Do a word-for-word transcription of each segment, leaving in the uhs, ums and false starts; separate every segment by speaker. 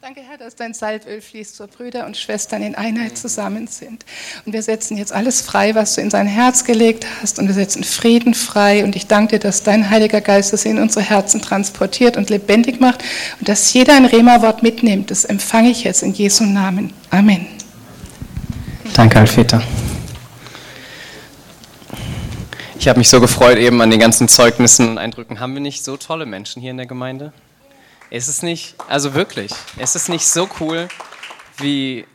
Speaker 1: Danke, Herr, dass dein Salböl fließt, so Brüder und Schwestern in Einheit zusammen sind. Und wir setzen jetzt alles frei, was du in sein Herz gelegt hast. Und wir setzen Frieden frei. Und ich danke dir, dass dein Heiliger Geist das in unsere Herzen transportiert und lebendig macht. Und dass jeder ein Rema-Wort mitnimmt. Das empfange ich jetzt in Jesu Namen. Amen.
Speaker 2: Danke, Alfeta. Ich habe mich so gefreut eben an den ganzen Zeugnissen und Eindrücken. Haben wir nicht so tolle Menschen hier in der Gemeinde? Ist es nicht, also wirklich, ist es nicht so cool, wie,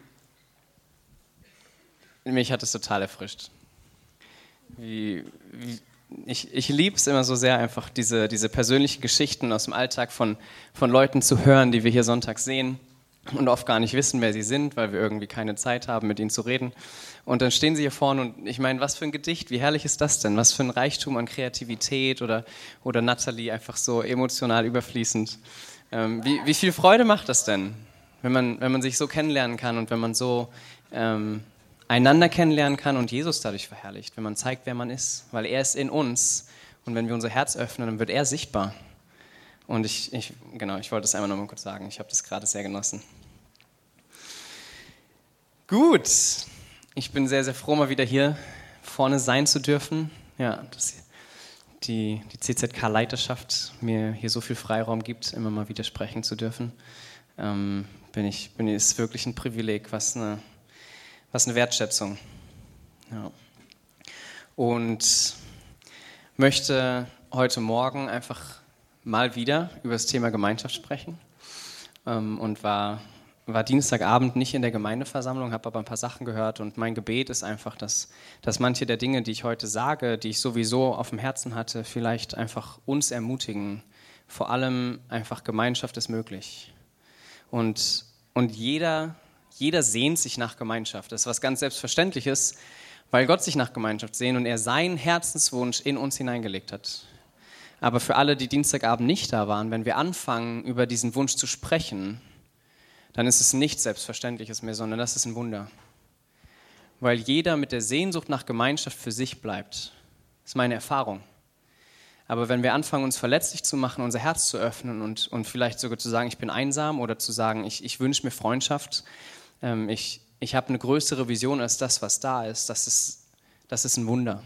Speaker 2: mich hat es total erfrischt. Wie, wie, ich ich liebe es immer so sehr, einfach diese, diese persönlichen Geschichten aus dem Alltag von, von Leuten zu hören, die wir hier sonntags sehen und oft gar nicht wissen, wer sie sind, weil wir irgendwie keine Zeit haben, mit ihnen zu reden. Und dann stehen sie hier vorne und ich meine, was für ein Gedicht, wie herrlich ist das denn? Was für ein Reichtum an Kreativität oder, oder Nathalie einfach so emotional überfließend. Ähm, wie, wie viel Freude macht das denn, wenn man, wenn man sich so kennenlernen kann und wenn man so ähm, einander kennenlernen kann und Jesus dadurch verherrlicht, wenn man zeigt, wer man ist, weil er ist in uns und wenn wir unser Herz öffnen, dann wird er sichtbar. Und ich, ich genau, ich wollte das einmal noch mal kurz sagen, ich habe das gerade sehr genossen. Gut, ich bin sehr, sehr froh, mal wieder hier vorne sein zu dürfen. Ja, das die, die C Z K-Leiterschaft mir hier so viel Freiraum gibt, immer mal wieder sprechen zu dürfen, ähm, bin ich, bin, ist wirklich ein Privileg, was eine, was eine Wertschätzung. Ja. Und möchte heute Morgen einfach mal wieder über das Thema Gemeinschaft sprechen ähm, und war war Dienstagabend nicht in der Gemeindeversammlung, habe aber ein paar Sachen gehört und mein Gebet ist einfach, dass, dass manche der Dinge, die ich heute sage, die ich sowieso auf dem Herzen hatte, vielleicht einfach uns ermutigen. Vor allem einfach Gemeinschaft ist möglich. Und, und jeder, jeder sehnt sich nach Gemeinschaft. Das ist was ganz Selbstverständliches, weil Gott sich nach Gemeinschaft sehnt und er seinen Herzenswunsch in uns hineingelegt hat. Aber für alle, die Dienstagabend nicht da waren, wenn wir anfangen, über diesen Wunsch zu sprechen, dann ist es nichts Selbstverständliches mehr, sondern das ist ein Wunder. Weil jeder mit der Sehnsucht nach Gemeinschaft für sich bleibt. Das ist meine Erfahrung. Aber wenn wir anfangen, uns verletzlich zu machen, unser Herz zu öffnen und, und vielleicht sogar zu sagen, ich bin einsam oder zu sagen, ich, ich wünsche mir Freundschaft, ähm, ich, ich habe eine größere Vision als das, was da ist, das ist, das ist ein Wunder.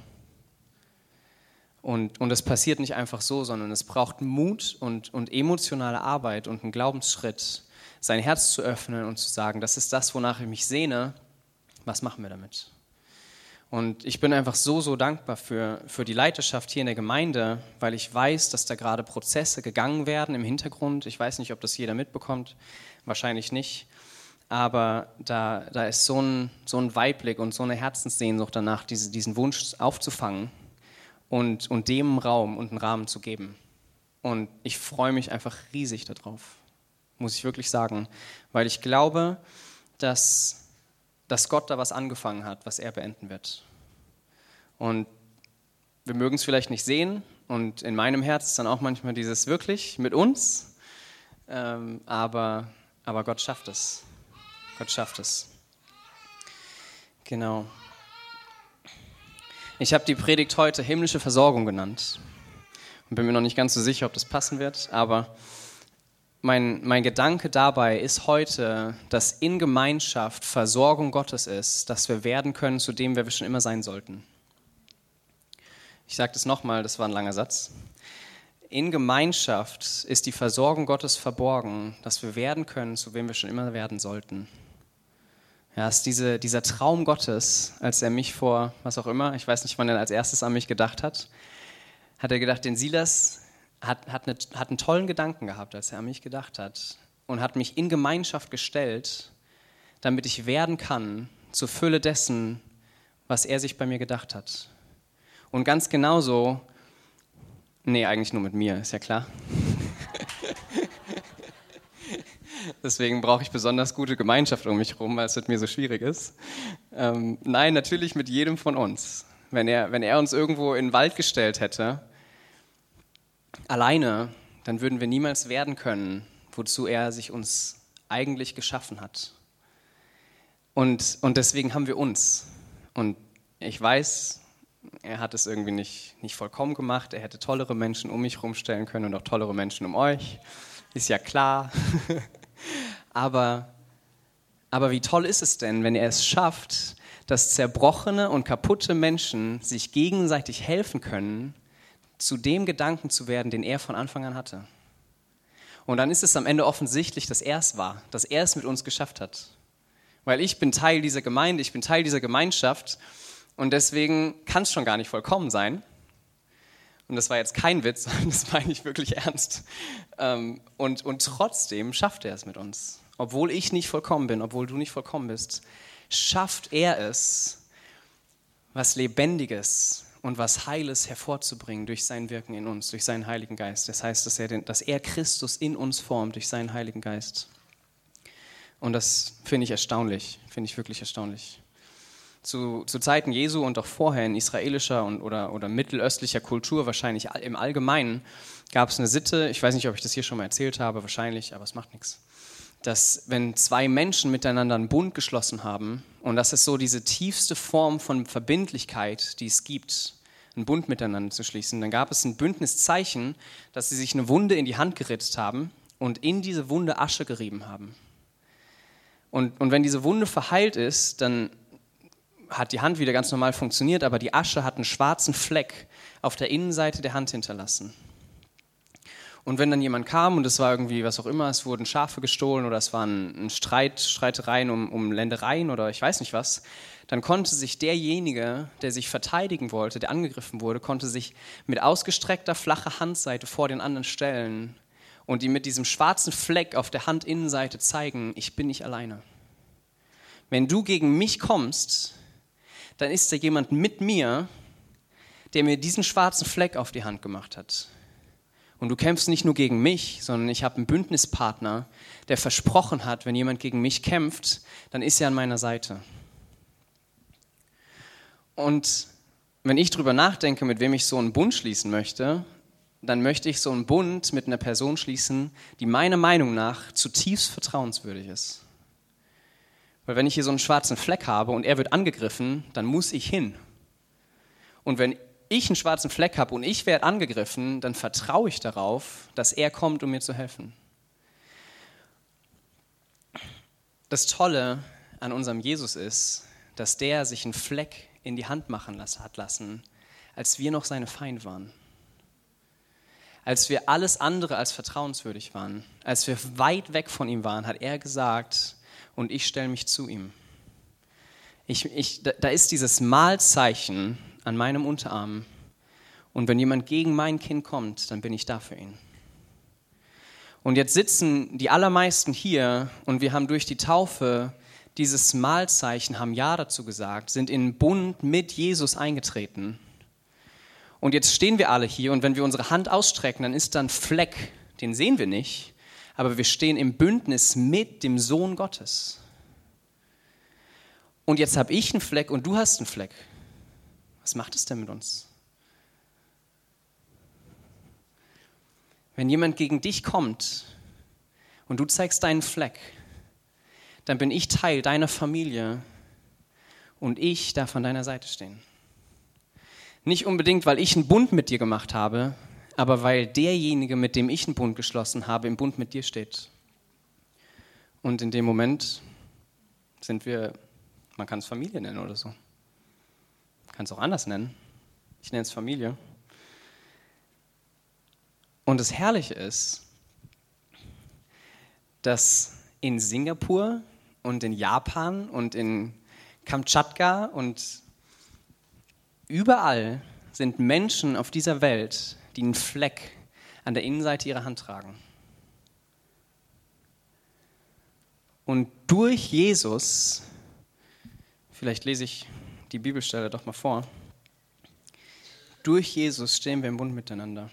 Speaker 2: Und, und es passiert nicht einfach so, sondern es braucht Mut und, und emotionale Arbeit und einen Glaubensschritt, sein Herz zu öffnen und zu sagen, das ist das, wonach ich mich sehne, was machen wir damit? Und ich bin einfach so, so dankbar für, für die Leiterschaft hier in der Gemeinde, weil ich weiß, dass da gerade Prozesse gegangen werden im Hintergrund. Ich weiß nicht, ob das jeder mitbekommt, wahrscheinlich nicht. Aber da, da ist so ein, so ein Weitblick und so eine Herzenssehnsucht danach, diese, diesen Wunsch aufzufangen und, und dem Raum und einen Rahmen zu geben. Und ich freue mich einfach riesig darauf. Muss ich wirklich sagen, weil ich glaube, dass, dass Gott da was angefangen hat, was er beenden wird. Und wir mögen es vielleicht nicht sehen und in meinem Herz ist dann auch manchmal dieses wirklich mit uns, ähm, aber, aber Gott schafft es. Gott schafft es. Genau. Ich habe die Predigt heute himmlische Versorgung genannt und bin mir noch nicht ganz so sicher, ob das passen wird, aber Mein, mein Gedanke dabei ist heute, dass in Gemeinschaft Versorgung Gottes ist, dass wir werden können zu dem, wer wir schon immer sein sollten. Ich sage das nochmal, das war ein langer Satz. In Gemeinschaft ist die Versorgung Gottes verborgen, dass wir werden können, zu wem wir schon immer werden sollten. Ja, es ist diese, dieser Traum Gottes, als er mich vor, was auch immer, ich weiß nicht, wann er als erstes an mich gedacht hat, hat er gedacht, den Silas Hat, hat, eine, hat einen tollen Gedanken gehabt, als er an mich gedacht hat und hat mich in Gemeinschaft gestellt, damit ich werden kann zur Fülle dessen, was er sich bei mir gedacht hat. Und ganz genauso, nee, eigentlich nur mit mir, ist ja klar. Deswegen brauche ich besonders gute Gemeinschaft um mich herum, weil es mit mir so schwierig ist. Ähm, nein, natürlich mit jedem von uns. Wenn er, wenn er uns irgendwo in den Wald gestellt hätte, alleine, dann würden wir niemals werden können, wozu er sich uns eigentlich geschaffen hat. Und, und deswegen haben wir uns. Und ich weiß, er hat es irgendwie nicht, nicht vollkommen gemacht. Er hätte tollere Menschen um mich rumstellen können und auch tollere Menschen um euch. Ist ja klar. Aber, aber wie toll ist es denn, wenn er es schafft, dass zerbrochene und kaputte Menschen sich gegenseitig helfen können, zu dem Gedanken zu werden, den er von Anfang an hatte. Und dann ist es am Ende offensichtlich, dass er es war, dass er es mit uns geschafft hat. Weil ich bin Teil dieser Gemeinde, ich bin Teil dieser Gemeinschaft und deswegen kann es schon gar nicht vollkommen sein. Und das war jetzt kein Witz, sondern das meine ich wirklich ernst. Und, und trotzdem schafft er es mit uns. Obwohl ich nicht vollkommen bin, obwohl du nicht vollkommen bist, schafft er es, was Lebendiges und was Heiles hervorzubringen durch sein Wirken in uns, durch seinen Heiligen Geist. Das heißt, dass er, den, dass er Christus in uns formt durch seinen Heiligen Geist. Und das finde ich erstaunlich, finde ich wirklich erstaunlich. Zu, zu Zeiten Jesu und auch vorher in israelischer und, oder, oder mittelöstlicher Kultur, wahrscheinlich im Allgemeinen, gab es eine Sitte, ich weiß nicht, ob ich das hier schon mal erzählt habe, wahrscheinlich, aber es macht nichts, dass wenn zwei Menschen miteinander einen Bund geschlossen haben, und das ist so diese tiefste Form von Verbindlichkeit, die es gibt, einen Bund miteinander zu schließen, dann gab es ein Bündniszeichen, dass sie sich eine Wunde in die Hand geritzt haben und in diese Wunde Asche gerieben haben. Und, und wenn diese Wunde verheilt ist, dann hat die Hand wieder ganz normal funktioniert, aber die Asche hat einen schwarzen Fleck auf der Innenseite der Hand hinterlassen. Und wenn dann jemand kam und es war irgendwie was auch immer, es wurden Schafe gestohlen oder es waren ein Streit, Streitereien um, um Ländereien oder ich weiß nicht was, dann konnte sich derjenige, der sich verteidigen wollte, der angegriffen wurde, konnte sich mit ausgestreckter, flacher Handseite vor den anderen stellen und ihm mit diesem schwarzen Fleck auf der Handinnenseite zeigen, ich bin nicht alleine. Wenn du gegen mich kommst, dann ist da jemand mit mir, der mir diesen schwarzen Fleck auf die Hand gemacht hat. Und du kämpfst nicht nur gegen mich, sondern ich habe einen Bündnispartner, der versprochen hat, wenn jemand gegen mich kämpft, dann ist er an meiner Seite. Und wenn ich drüber nachdenke, mit wem ich so einen Bund schließen möchte, dann möchte ich so einen Bund mit einer Person schließen, die meiner Meinung nach zutiefst vertrauenswürdig ist. Weil wenn ich hier so einen schwarzen Fleck habe und er wird angegriffen, dann muss ich hin. Und wenn ich einen schwarzen Fleck habe und ich werde angegriffen, dann vertraue ich darauf, dass er kommt, um mir zu helfen. Das Tolle an unserem Jesus ist, dass der sich einen Fleck in die Hand machen hat lassen, als wir noch seine Feinde waren. Als wir alles andere als vertrauenswürdig waren, als wir weit weg von ihm waren, hat er gesagt, und ich stelle mich zu ihm. Ich, ich, da, da ist dieses Malzeichen an meinem Unterarm. Und wenn jemand gegen mein Kind kommt, dann bin ich da für ihn. Und jetzt sitzen die allermeisten hier und wir haben durch die Taufe dieses Malzeichen, haben Ja dazu gesagt, sind in den Bund mit Jesus eingetreten. Und jetzt stehen wir alle hier und wenn wir unsere Hand ausstrecken, dann ist da ein Fleck, den sehen wir nicht, aber wir stehen im Bündnis mit dem Sohn Gottes. Und jetzt habe ich einen Fleck und du hast einen Fleck. Was macht es denn mit uns? Wenn jemand gegen dich kommt und du zeigst deinen Fleck, dann bin ich Teil deiner Familie und ich darf an deiner Seite stehen. Nicht unbedingt, weil ich einen Bund mit dir gemacht habe, aber weil derjenige, mit dem ich einen Bund geschlossen habe, im Bund mit dir steht. Und in dem Moment sind wir, man kann es Familie nennen oder so. Man kann es auch anders nennen. Ich nenne es Familie. Und das Herrliche ist, dass in Singapur und in Japan und in Kamtschatka und überall sind Menschen auf dieser Welt, die einen Fleck an der Innenseite ihrer Hand tragen. Und durch Jesus, vielleicht lese ich die Bibelstelle doch mal vor, durch Jesus stehen wir im Bund miteinander.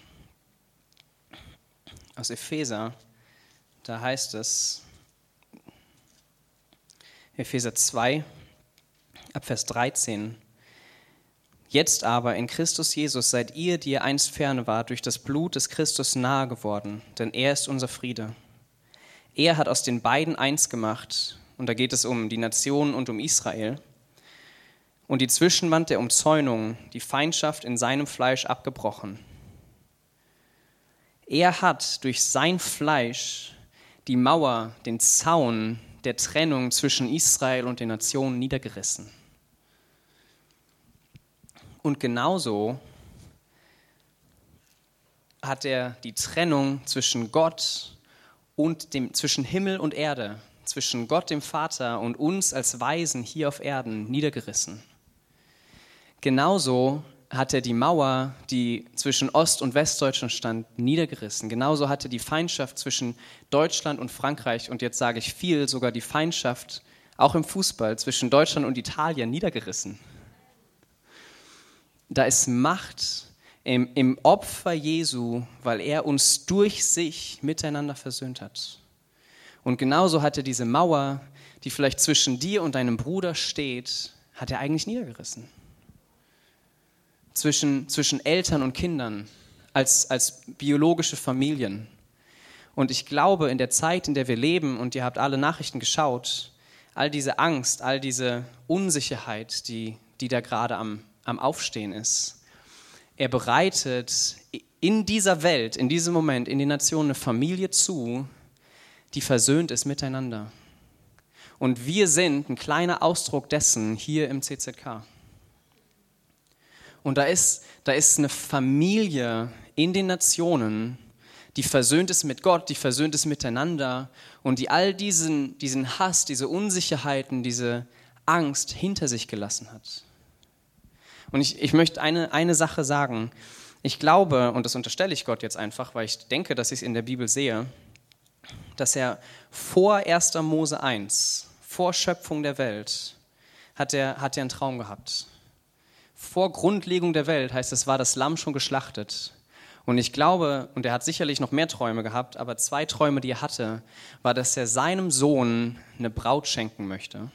Speaker 2: Aus Epheser, da heißt es, Epheser zwei, ab Vers dreizehn, jetzt aber in Christus Jesus seid ihr, die ihr einst ferne wart, durch das Blut des Christus nahe geworden, denn er ist unser Friede. Er hat aus den beiden eins gemacht, und da geht es um die Nationen und um Israel, und die Zwischenwand der Umzäunung, die Feindschaft in seinem Fleisch abgebrochen. Er hat durch sein Fleisch die Mauer, den Zaun der Trennung zwischen Israel und den Nationen niedergerissen. Und genauso hat er die Trennung zwischen Gott und dem, zwischen Himmel und Erde, zwischen Gott, dem Vater, und uns als Weisen hier auf Erden niedergerissen. Genauso hat er die Mauer, die zwischen Ost- und Westdeutschland stand, niedergerissen. Genauso hat er die Feindschaft zwischen Deutschland und Frankreich, und jetzt sage ich viel, sogar die Feindschaft, auch im Fußball, zwischen Deutschland und Italien niedergerissen. Da ist Macht im, im Opfer Jesu, weil er uns durch sich miteinander versöhnt hat. Und genauso hat er diese Mauer, die vielleicht zwischen dir und deinem Bruder steht, hat er eigentlich niedergerissen. Zwischen, zwischen Eltern und Kindern, als, als biologische Familien. Und ich glaube, in der Zeit, in der wir leben, und ihr habt alle Nachrichten geschaut, all diese Angst, all diese Unsicherheit, die, die da gerade am, am Aufstehen ist, er bereitet in dieser Welt, in diesem Moment, in den Nationen eine Familie zu, die versöhnt ist miteinander. Und wir sind ein kleiner Ausdruck dessen hier im C Z K. Und da ist, da ist eine Familie in den Nationen, die versöhnt ist mit Gott, die versöhnt ist miteinander und die all diesen, diesen Hass, diese Unsicherheiten, diese Angst hinter sich gelassen hat. Und ich, ich möchte eine, eine Sache sagen. Ich glaube, und das unterstelle ich Gott jetzt einfach, weil ich denke, dass ich es in der Bibel sehe, dass er vor erster Mose eins, vor Schöpfung der Welt, hat er, hat er einen Traum gehabt. Vor Grundlegung der Welt, heißt es, war das Lamm schon geschlachtet. Und ich glaube, und er hat sicherlich noch mehr Träume gehabt, aber zwei Träume, die er hatte, war, dass er seinem Sohn eine Braut schenken möchte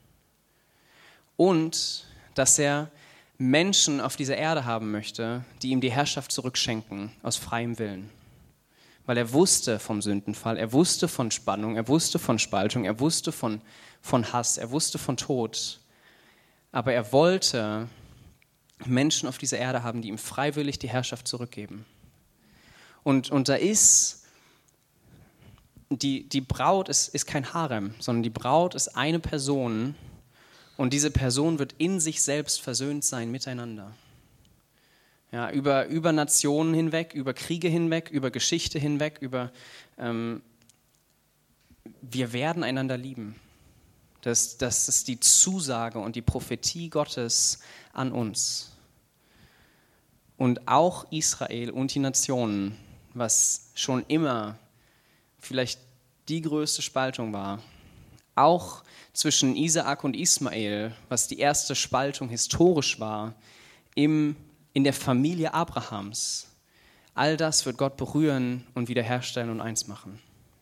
Speaker 2: und dass er Menschen auf dieser Erde haben möchte, die ihm die Herrschaft zurückschenken, aus freiem Willen. Weil er wusste vom Sündenfall, er wusste von Spannung, er wusste von Spaltung, er wusste von, von Hass, er wusste von Tod. Aber er wollte Menschen auf dieser Erde haben, die ihm freiwillig die Herrschaft zurückgeben. Und, und da ist, die, die Braut ist, ist kein Harem, sondern die Braut ist eine Person, und diese Person wird in sich selbst versöhnt sein miteinander. Ja, über, über Nationen hinweg, über Kriege hinweg, über Geschichte hinweg, über ähm, wir werden einander lieben. Das, das ist die Zusage und die Prophetie Gottes an uns. Und auch Israel und die Nationen, was schon immer vielleicht die größte Spaltung war, auch zwischen Isaak und Ismael, was die erste Spaltung historisch war, im, in der Familie Abrahams. All das wird Gott berühren und wiederherstellen und eins machen.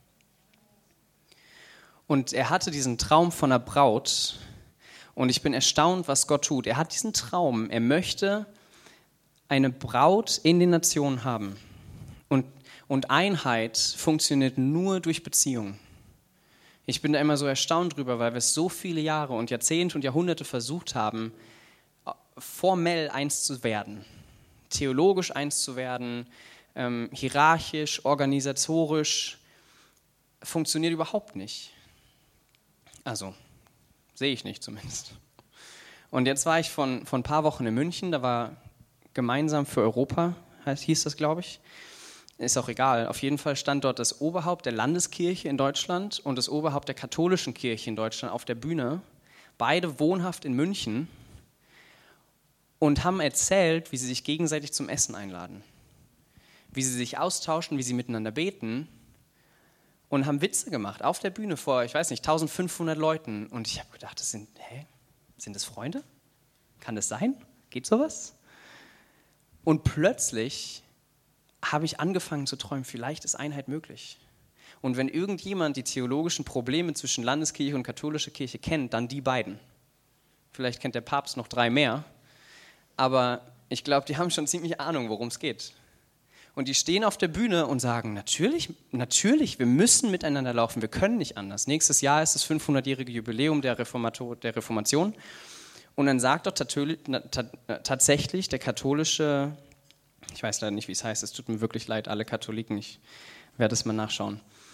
Speaker 2: Und er hatte diesen Traum von einer Braut und ich bin erstaunt, was Gott tut. Er hat diesen Traum, er möchte eine Braut in den Nationen haben. Und, und Einheit funktioniert nur durch Beziehung. Ich bin da immer so erstaunt drüber, weil wir es so viele Jahre und Jahrzehnte und Jahrhunderte versucht haben, formell eins zu werden, theologisch eins zu werden, ähm, hierarchisch, organisatorisch, funktioniert überhaupt nicht. Also, sehe ich nicht zumindest. Und jetzt war ich von, von ein paar Wochen in München, da war Gemeinsam für Europa, heißt, hieß das, glaube ich. Ist auch egal. Auf jeden Fall stand dort das Oberhaupt der Landeskirche in Deutschland und das Oberhaupt der katholischen Kirche in Deutschland auf der Bühne, beide wohnhaft in München, und haben erzählt, wie sie sich gegenseitig zum Essen einladen, wie sie sich austauschen, wie sie miteinander beten, und haben Witze gemacht auf der Bühne vor, ich weiß nicht, eintausendfünfhundert Leuten. Und ich habe gedacht, das sind, hä, sind das Freunde? Kann das sein? Geht sowas? Und plötzlich habe ich angefangen zu träumen, vielleicht ist Einheit möglich. Und wenn irgendjemand die theologischen Probleme zwischen Landeskirche und katholischer Kirche kennt, dann die beiden. Vielleicht kennt der Papst noch drei mehr, aber ich glaube, die haben schon ziemlich Ahnung, worum es geht. Und die stehen auf der Bühne und sagen, natürlich, natürlich, wir müssen miteinander laufen, wir können nicht anders. Nächstes Jahr ist das fünfhundertjährige Jubiläum der, Reformator, der Reformation. Und dann sagt doch tatsächlich der katholische, ich weiß leider nicht, wie es heißt, es tut mir wirklich leid, alle Katholiken, ich werde es mal nachschauen.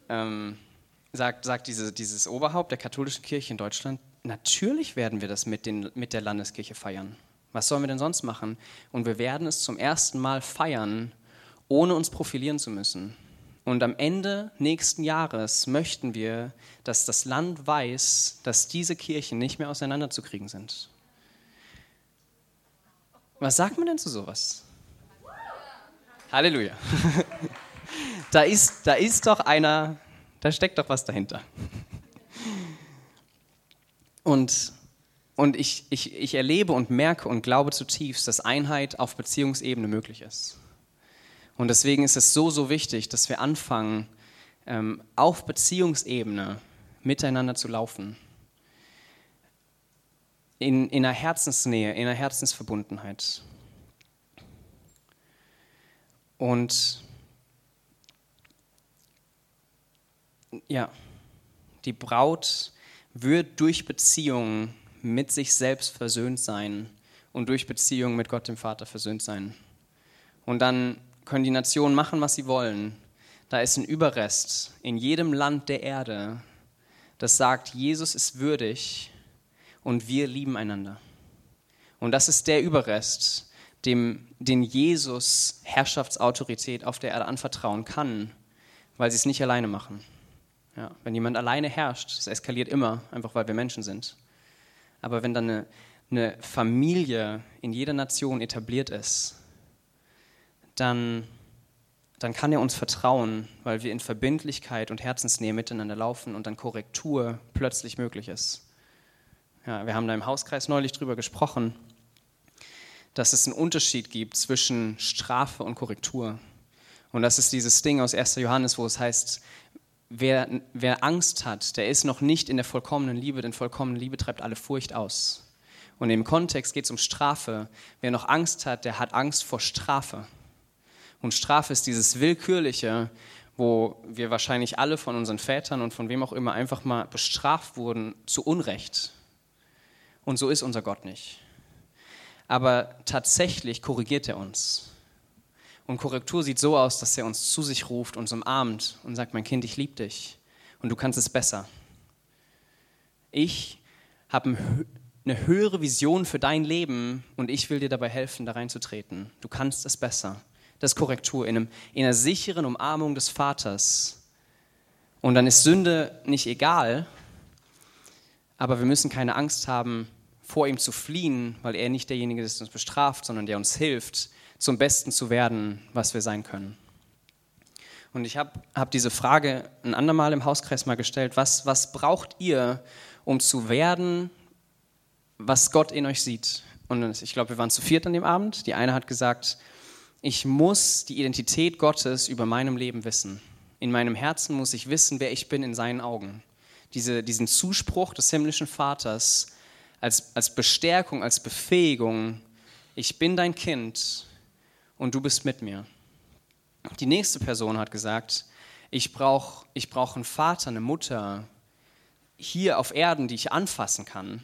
Speaker 2: ähm, sagt, sagt diese, dieses Oberhaupt der katholischen Kirche in Deutschland, natürlich werden wir das mit, den, mit der Landeskirche feiern. Was sollen wir denn sonst machen? Und wir werden es zum ersten Mal feiern, ohne uns profilieren zu müssen. Und am Ende nächsten Jahres möchten wir, dass das Land weiß, dass diese Kirchen nicht mehr auseinanderzukriegen sind. Was sagt man denn zu sowas? Halleluja. Da ist, da ist doch einer, da steckt doch was dahinter. Und, und ich, ich, ich erlebe und merke und glaube zutiefst, dass Einheit auf Beziehungsebene möglich ist. Und deswegen ist es so, so wichtig, dass wir anfangen, ähm, auf Beziehungsebene miteinander zu laufen. In, in einer Herzensnähe, in einer Herzensverbundenheit. Und ja, die Braut wird durch Beziehung mit sich selbst versöhnt sein und durch Beziehung mit Gott dem Vater versöhnt sein. Und dann können die Nationen machen, was sie wollen. Da ist ein Überrest in jedem Land der Erde, das sagt, Jesus ist würdig und wir lieben einander. Und das ist der Überrest, dem, den Jesus Herrschaftsautorität auf der Erde anvertrauen kann, weil sie es nicht alleine machen. Ja, wenn jemand alleine herrscht, das eskaliert immer, einfach weil wir Menschen sind. Aber wenn dann eine, eine Familie in jeder Nation etabliert ist, dann, dann kann er uns vertrauen, weil wir in Verbindlichkeit und Herzensnähe miteinander laufen und dann Korrektur plötzlich möglich ist. Ja, wir haben da im Hauskreis neulich drüber gesprochen, dass es einen Unterschied gibt zwischen Strafe und Korrektur. Und das ist dieses Ding aus erster Johannes, wo es heißt, wer, wer Angst hat, der ist noch nicht in der vollkommenen Liebe, denn vollkommene Liebe treibt alle Furcht aus. Und im Kontext geht es um Strafe. Wer noch Angst hat, der hat Angst vor Strafe. Und Strafe ist dieses Willkürliche, wo wir wahrscheinlich alle von unseren Vätern und von wem auch immer einfach mal bestraft wurden zu Unrecht. Und so ist unser Gott nicht. Aber tatsächlich korrigiert er uns. Und Korrektur sieht so aus, dass er uns zu sich ruft, uns umarmt und sagt, mein Kind, ich liebe dich und du kannst es besser. Ich habe eine höhere Vision für dein Leben und ich will dir dabei helfen, da reinzutreten. Du kannst es besser. Das ist Korrektur in, einem, in einer sicheren Umarmung des Vaters. Und dann ist Sünde nicht egal, aber wir müssen keine Angst haben, vor ihm zu fliehen, weil er nicht derjenige ist, der uns bestraft, sondern der uns hilft, zum Besten zu werden, was wir sein können. Und ich habe hab diese Frage ein andermal im Hauskreis mal gestellt, was, was braucht ihr, um zu werden, was Gott in euch sieht? Und ich glaube, wir waren zu viert an dem Abend. Die eine hat gesagt, ich muss die Identität Gottes über meinem Leben wissen. In meinem Herzen muss ich wissen, wer ich bin in seinen Augen. Diese, diesen Zuspruch des himmlischen Vaters als, als Bestärkung, als Befähigung, ich bin dein Kind und du bist mit mir. Die nächste Person hat gesagt, ich brauche ich brauch einen Vater, eine Mutter hier auf Erden, die ich anfassen kann,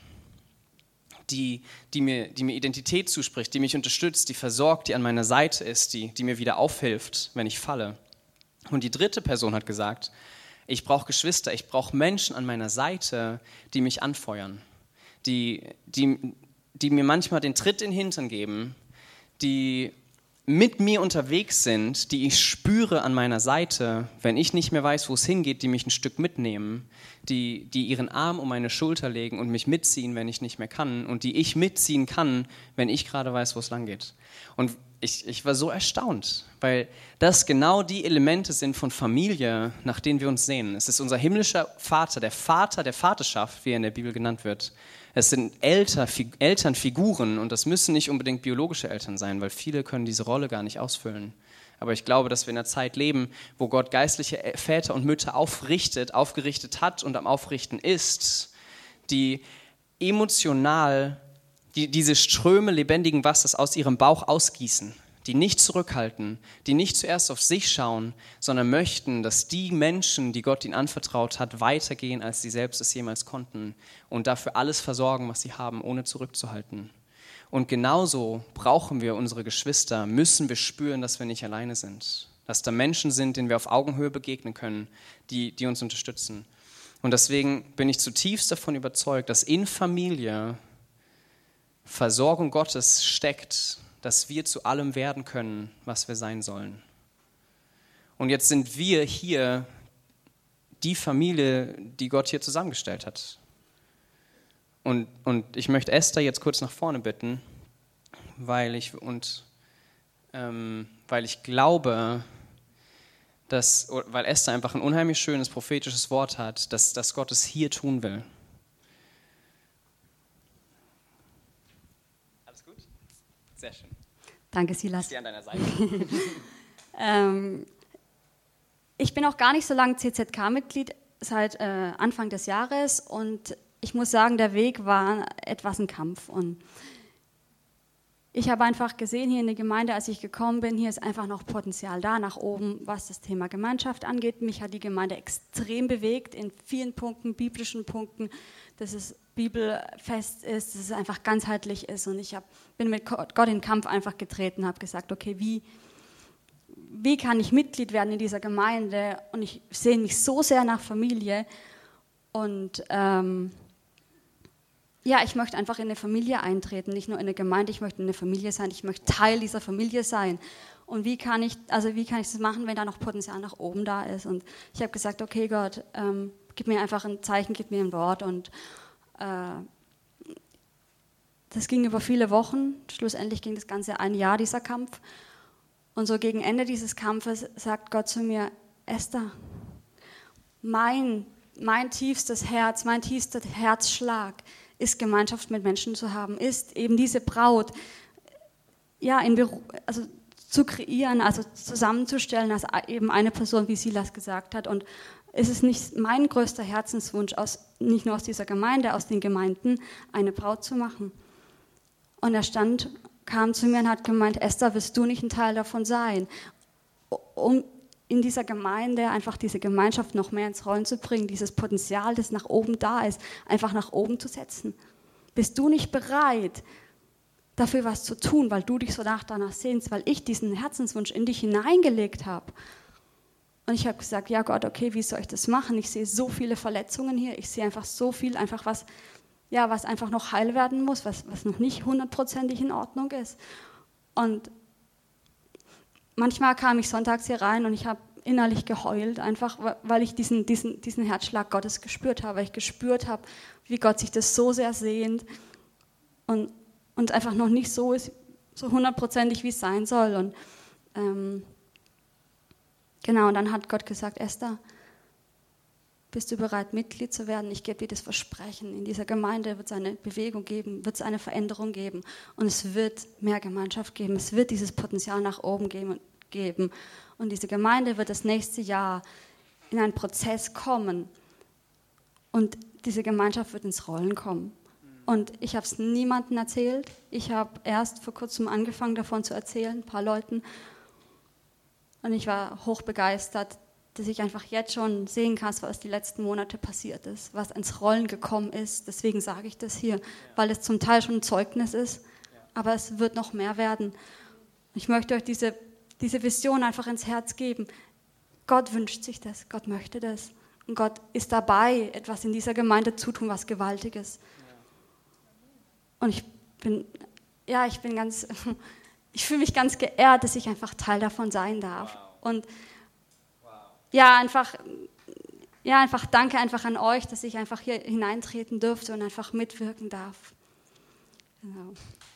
Speaker 2: die, die, mir, die mir Identität zuspricht, die mich unterstützt, die versorgt, die an meiner Seite ist, die, die mir wieder aufhilft, wenn ich falle. Und die dritte Person hat gesagt, ich brauche Geschwister, ich brauche Menschen an meiner Seite, die mich anfeuern, die, die, die mir manchmal den Tritt in den Hintern geben, die mit mir unterwegs sind, die ich spüre an meiner Seite, wenn ich nicht mehr weiß, wo es hingeht, die mich ein Stück mitnehmen, die, die ihren Arm um meine Schulter legen und mich mitziehen, wenn ich nicht mehr kann und die ich mitziehen kann, wenn ich gerade weiß, wo es lang geht. Und ich, ich war so erstaunt, weil das genau die Elemente sind von Familie, nach denen wir uns sehen. Es ist unser himmlischer Vater, der Vater der Vaterschaft, wie er in der Bibel genannt wird. Es sind Eltern, Elternfiguren und das müssen nicht unbedingt biologische Eltern sein, weil viele können diese Rolle gar nicht ausfüllen. Aber ich glaube, dass wir in einer Zeit leben, wo Gott geistliche Väter und Mütter aufrichtet, aufgerichtet hat und am Aufrichten ist, die emotional die diese Ströme lebendigen Wassers aus ihrem Bauch ausgießen, die nicht zurückhalten, die nicht zuerst auf sich schauen, sondern möchten, dass die Menschen, die Gott ihnen anvertraut hat, weitergehen, als sie selbst es jemals konnten und dafür alles versorgen, was sie haben, ohne zurückzuhalten. Und genauso brauchen wir unsere Geschwister, müssen wir spüren, dass wir nicht alleine sind. dass da Menschen sind, denen wir auf Augenhöhe begegnen können, die, die uns unterstützen. Und deswegen bin ich zutiefst davon überzeugt, dass in Familie Versorgung Gottes steckt, dass wir zu allem werden können, was wir sein sollen. Und jetzt sind wir hier die Familie, die Gott hier zusammengestellt hat. Und, und ich möchte Esther jetzt kurz nach vorne bitten, weil ich, und, ähm, weil ich glaube, dass, weil Esther einfach ein unheimlich schönes prophetisches Wort hat, dass, dass Gott es hier tun will. Alles gut? Sehr schön.
Speaker 3: Danke, Silas.
Speaker 2: Ich stehe an deiner Seite.
Speaker 3: ähm, ich bin auch gar nicht so lange C Z K-Mitglied, seit äh, Anfang des Jahres, und ich muss sagen, der Weg war etwas ein Kampf. Und ich habe einfach gesehen hier in der Gemeinde, als ich gekommen bin, hier ist einfach noch Potenzial da nach oben, was das Thema Gemeinschaft angeht. Mich hat die Gemeinde extrem bewegt in vielen Punkten, biblischen Punkten, dass es bibelfest ist, dass es einfach ganzheitlich ist. Und ich hab, bin mit Gott in den Kampf einfach getreten, habe gesagt, okay, wie, wie kann ich Mitglied werden in dieser Gemeinde? Und ich sehe mich so sehr nach Familie. Und ähm, ja, ich möchte einfach in eine Familie eintreten, nicht nur in eine Gemeinde, ich möchte in eine Familie sein, ich möchte Teil dieser Familie sein. Und wie kann ich, also wie kann ich das machen, wenn da noch Potenzial nach oben da ist? Und ich habe gesagt, okay Gott, ähm, gib mir einfach ein Zeichen, gib mir ein Wort. Und äh, das ging über viele Wochen, schlussendlich ging das Ganze ein Jahr, dieser Kampf. Und so gegen Ende dieses Kampfes sagt Gott zu mir, Esther, mein, mein tiefstes Herz, mein tiefster Herzschlag ist, Gemeinschaft mit Menschen zu haben, ist eben diese Braut ja, in Beru- also zu kreieren, also zusammenzustellen als eben eine Person, wie Silas gesagt hat. Und es ist nicht mein größter Herzenswunsch, aus, nicht nur aus dieser Gemeinde, aus den Gemeinden, eine Braut zu machen. Und er stand, kam zu mir und hat gemeint, Esther, willst du nicht ein Teil davon sein? Um in dieser Gemeinde einfach diese Gemeinschaft noch mehr ins Rollen zu bringen, dieses Potenzial, das nach oben da ist, einfach nach oben zu setzen. Bist du nicht bereit, dafür was zu tun, weil du dich so danach sehnst, weil ich diesen Herzenswunsch in dich hineingelegt habe? Und ich habe gesagt, ja Gott, okay, wie soll ich das machen? Ich sehe so viele Verletzungen hier, ich sehe einfach so viel, einfach was, ja, was einfach noch heil werden muss, was, was noch nicht hundertprozentig in Ordnung ist. Und manchmal kam ich sonntags hier rein und ich habe innerlich geheult, einfach weil ich diesen, diesen, diesen Herzschlag Gottes gespürt habe, weil ich gespürt habe, wie Gott sich das so sehr sehnt und, und einfach noch nicht so ist, so hundertprozentig, wie es sein soll. Und ähm, genau, und dann hat Gott gesagt, Esther, bist du bereit, Mitglied zu werden? Ich gebe dir das Versprechen. In dieser Gemeinde wird es eine Bewegung geben, wird es eine Veränderung geben. Und es wird mehr Gemeinschaft geben. Es wird dieses Potenzial nach oben geben. Und diese Gemeinde wird das nächste Jahr in einen Prozess kommen. Und diese Gemeinschaft wird ins Rollen kommen. Und ich habe es niemandem erzählt. Ich habe erst vor kurzem angefangen, davon zu erzählen, ein paar Leuten. Und ich war hochbegeistert, dass ich einfach jetzt schon sehen kann, was die letzten Monate passiert ist, was ins Rollen gekommen ist. Deswegen sage ich das hier, weil es zum Teil schon ein Zeugnis ist, aber es wird noch mehr werden. Ich möchte euch diese, diese Vision einfach ins Herz geben. Gott wünscht sich das, Gott möchte das. Und Gott ist dabei, etwas in dieser Gemeinde zu tun, was Gewaltiges. Und ich bin, ja, ich bin ganz, ich fühle mich ganz geehrt, dass ich einfach Teil davon sein darf. Und Ja, einfach, ja, einfach danke einfach an euch, dass ich einfach hier hineintreten durfte und einfach mitwirken darf. Genau.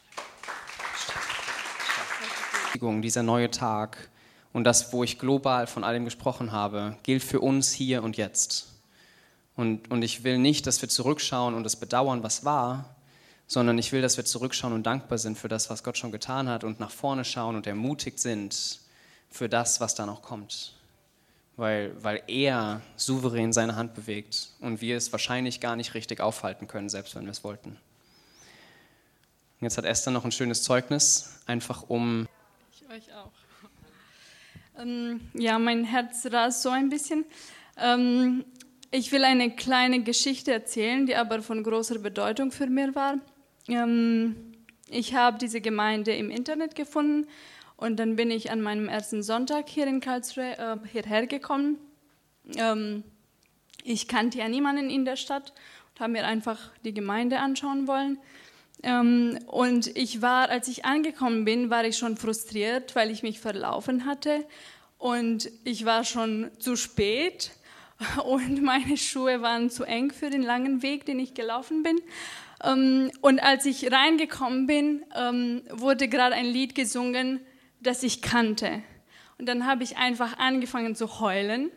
Speaker 2: Dieser neue Tag und das, wo ich global von allem gesprochen habe, gilt für uns hier und jetzt. Und, und ich will nicht, dass wir zurückschauen und das bedauern, was war, sondern ich will, dass wir zurückschauen und dankbar sind für das, was Gott schon getan hat und nach vorne schauen und ermutigt sind für das, was da noch kommt. Weil, weil er souverän seine Hand bewegt und wir es wahrscheinlich gar nicht richtig aufhalten können, selbst wenn wir es wollten. Und jetzt hat Esther noch ein schönes Zeugnis, einfach um...
Speaker 4: Ich euch auch. Ähm, ja, mein Herz rast so ein bisschen. Ähm, ich will eine kleine Geschichte erzählen, die aber von großer Bedeutung für mich war. Ähm, ich habe diese Gemeinde im Internet gefunden Und dann bin ich an meinem ersten Sonntag hier in Karlsruhe äh, hierher gekommen. Ähm, ich kannte ja niemanden in der Stadt und habe mir einfach die Gemeinde anschauen wollen. Ähm, und ich war, als ich angekommen bin, war ich schon frustriert, weil ich mich verlaufen hatte. Und ich war schon zu spät und meine Schuhe waren zu eng für den langen Weg, den ich gelaufen bin. Und als ich reingekommen bin, wurde gerade ein Lied gesungen, das ich kannte. Und dann habe ich einfach angefangen zu heulen.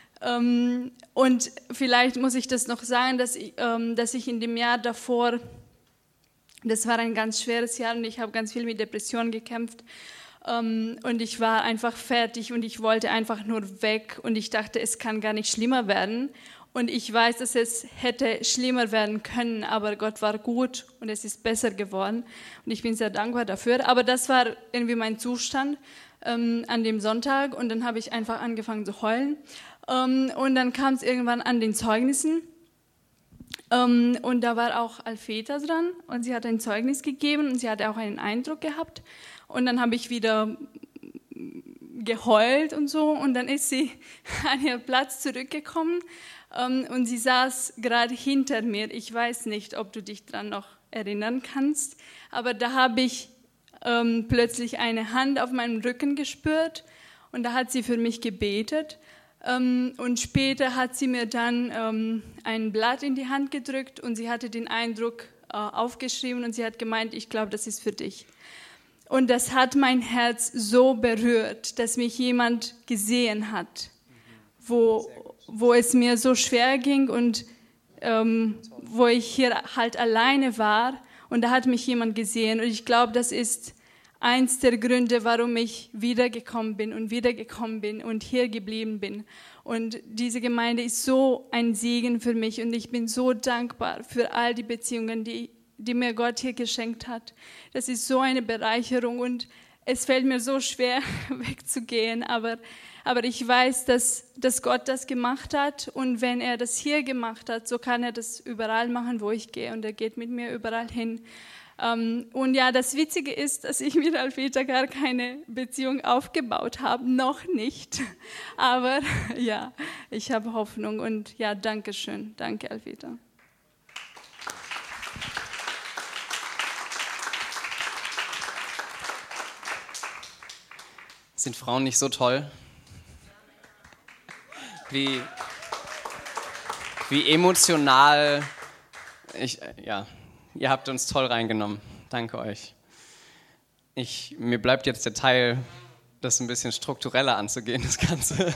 Speaker 4: Und vielleicht muss ich das noch sagen, dass ich, dass ich in dem Jahr davor, das war ein ganz schweres Jahr und ich habe ganz viel mit Depressionen gekämpft. Um, und ich war einfach fertig und ich wollte einfach nur weg und ich dachte, es kann gar nicht schlimmer werden. Und ich weiß, dass es hätte schlimmer werden können, aber Gott war gut und es ist besser geworden. Und ich bin sehr dankbar dafür. Aber das war irgendwie mein Zustand um, an dem Sonntag und dann habe ich einfach angefangen zu heulen. Um, und dann kam es irgendwann an den Zeugnissen. Um, und da war auch Alfeta dran und sie hat ein Zeugnis gegeben und sie hatte auch einen Eindruck gehabt. Und dann habe ich wieder geheult und so. Und dann ist sie an ihren Platz zurückgekommen ähm, und sie saß gerade hinter mir. Ich weiß nicht, ob du dich daran noch erinnern kannst, aber da habe ich ähm, plötzlich eine Hand auf meinem Rücken gespürt und da hat sie für mich gebetet. Ähm, und später hat sie mir dann ähm, ein Blatt in die Hand gedrückt und sie hatte den Eindruck äh, aufgeschrieben und sie hat gemeint, ich glaube, das ist für dich. Und das hat mein Herz so berührt, dass mich jemand gesehen hat, wo, wo es mir so schwer ging und ähm, wo ich hier halt alleine war. Und da hat mich jemand gesehen. Und ich glaube, das ist eins der Gründe, warum ich wiedergekommen bin und wiedergekommen bin und hier geblieben bin. Und diese Gemeinde ist so ein Segen für mich und ich bin so dankbar für all die Beziehungen, die die mir Gott hier geschenkt hat. Das ist so eine Bereicherung und es fällt mir so schwer, wegzugehen, aber, aber ich weiß, dass, dass Gott das gemacht hat und wenn er das hier gemacht hat, so kann er das überall machen, wo ich gehe und er geht mit mir überall hin. Und ja, das Witzige ist, dass ich mit Alfeta gar keine Beziehung aufgebaut habe, noch nicht, aber ja, ich habe Hoffnung und ja, danke schön, danke Alfeta.
Speaker 2: Sind Frauen nicht so toll? Wie, wie emotional, ich, ja, ihr habt uns toll reingenommen. Danke euch. Ich, mir bleibt jetzt der Teil, das ein bisschen struktureller anzugehen, das Ganze.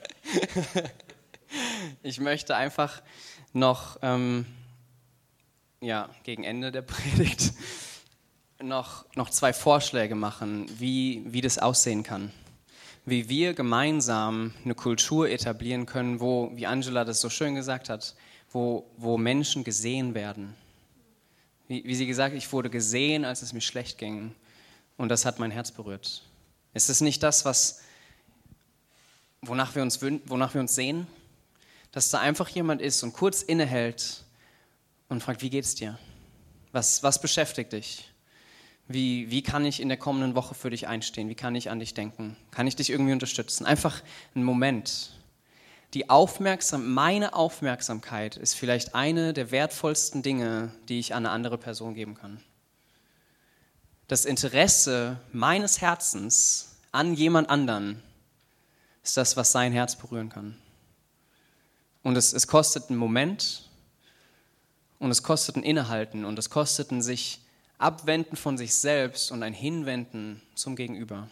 Speaker 2: Ich möchte einfach noch, ähm, ja, gegen Ende der Predigt, Noch, noch zwei Vorschläge machen, wie, wie das aussehen kann. Wie wir gemeinsam eine Kultur etablieren können, wo, wie Angela das so schön gesagt hat, wo, wo Menschen gesehen werden. Wie, wie sie gesagt hat, ich wurde gesehen, als es mir schlecht ging. Und das hat mein Herz berührt. Ist es nicht das, was, wonach wir uns, wonach wir uns sehen? Dass da einfach jemand ist und kurz innehält und fragt, wie geht's dir? Was, was beschäftigt dich? Wie, wie kann ich in der kommenden Woche für dich einstehen? Wie kann ich an dich denken? Kann ich dich irgendwie unterstützen? Einfach einen Moment. Die Aufmerksam, meine Aufmerksamkeit ist vielleicht eine der wertvollsten Dinge, die ich an eine andere Person geben kann. Das Interesse meines Herzens an jemand anderen ist das, was sein Herz berühren kann. Und es, es kostet einen Moment und es kostet ein Innehalten und es kostet ein sich Abwenden von sich selbst und ein Hinwenden zum Gegenüber.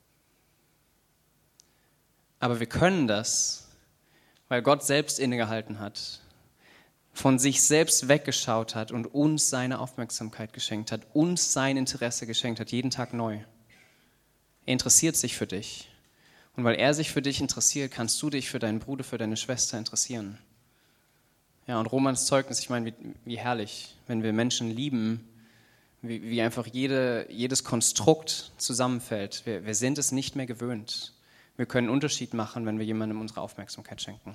Speaker 2: Aber wir können das, weil Gott selbst innegehalten hat, von sich selbst weggeschaut hat und uns seine Aufmerksamkeit geschenkt hat, uns sein Interesse geschenkt hat, jeden Tag neu. Er interessiert sich für dich. Und weil er sich für dich interessiert, kannst du dich für deinen Bruder, für deine Schwester interessieren. Ja, und Romans Zeugnis, ich meine, wie, wie herrlich, wenn wir Menschen lieben, wie, wie einfach jede, jedes Konstrukt zusammenfällt. Wir, wir sind es nicht mehr gewöhnt. Wir können einen Unterschied machen, wenn wir jemandem unsere Aufmerksamkeit schenken.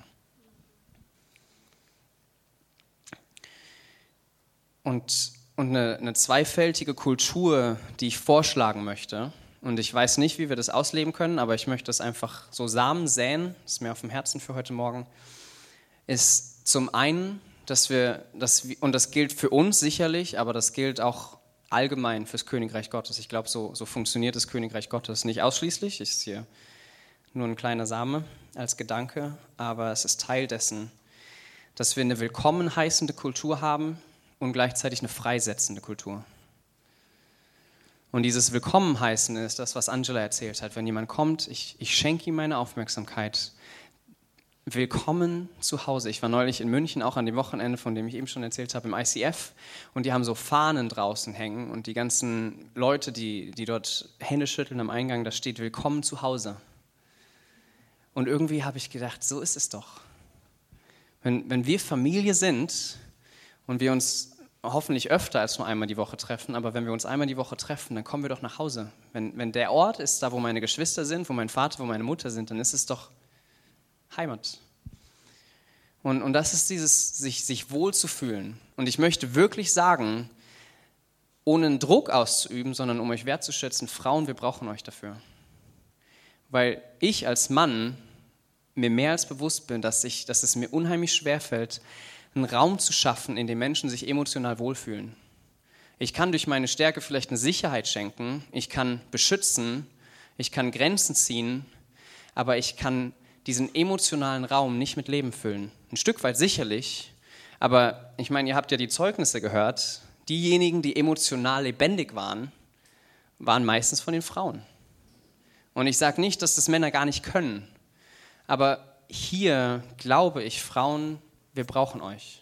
Speaker 2: Und, und eine, eine zweifältige Kultur, die ich vorschlagen möchte, und ich weiß nicht, wie wir das ausleben können, aber ich möchte das einfach so Samen säen, das ist mir auf dem Herzen für heute Morgen, ist zum einen, dass wir, dass wir, und das gilt für uns sicherlich, aber das gilt auch allgemein fürs Königreich Gottes. Ich glaube, so, so funktioniert das Königreich Gottes nicht ausschließlich, ist hier nur ein kleiner Same als Gedanke, aber es ist Teil dessen, dass wir eine willkommen heißende Kultur haben und gleichzeitig eine freisetzende Kultur. Und dieses Willkommen heißen ist das, was Angela erzählt hat. Wenn jemand kommt, ich, ich schenke ihm meine Aufmerksamkeit. Willkommen zu Hause. Ich war neulich in München, auch an dem Wochenende, von dem ich eben schon erzählt habe, im I C F. Und die haben so Fahnen draußen hängen. Und die ganzen Leute, die, die dort Hände schütteln am Eingang, da steht Willkommen zu Hause. Und irgendwie habe ich gedacht, so ist es doch. Wenn, wenn wir Familie sind und wir uns hoffentlich öfter als nur einmal die Woche treffen, aber wenn wir uns einmal die Woche treffen, dann kommen wir doch nach Hause. Wenn, wenn der Ort ist, da wo meine Geschwister sind, wo mein Vater, wo meine Mutter sind, dann ist es doch Heimat. Und, und das ist dieses, sich, sich wohlzufühlen. Und ich möchte wirklich sagen, ohne einen Druck auszuüben, sondern um euch wertzuschätzen, Frauen, wir brauchen euch dafür. Weil ich als Mann mir mehr als bewusst bin, dass, ich, dass es mir unheimlich schwerfällt, einen Raum zu schaffen, in dem Menschen sich emotional wohlfühlen. Ich kann durch meine Stärke vielleicht eine Sicherheit schenken, ich kann beschützen, ich kann Grenzen ziehen, aber ich kann diesen emotionalen Raum nicht mit Leben füllen. Ein Stück weit sicherlich, aber ich meine, ihr habt ja die Zeugnisse gehört, diejenigen, die emotional lebendig waren, waren meistens von den Frauen. Und ich sage nicht, dass das Männer gar nicht können, aber hier glaube ich, Frauen, wir brauchen euch,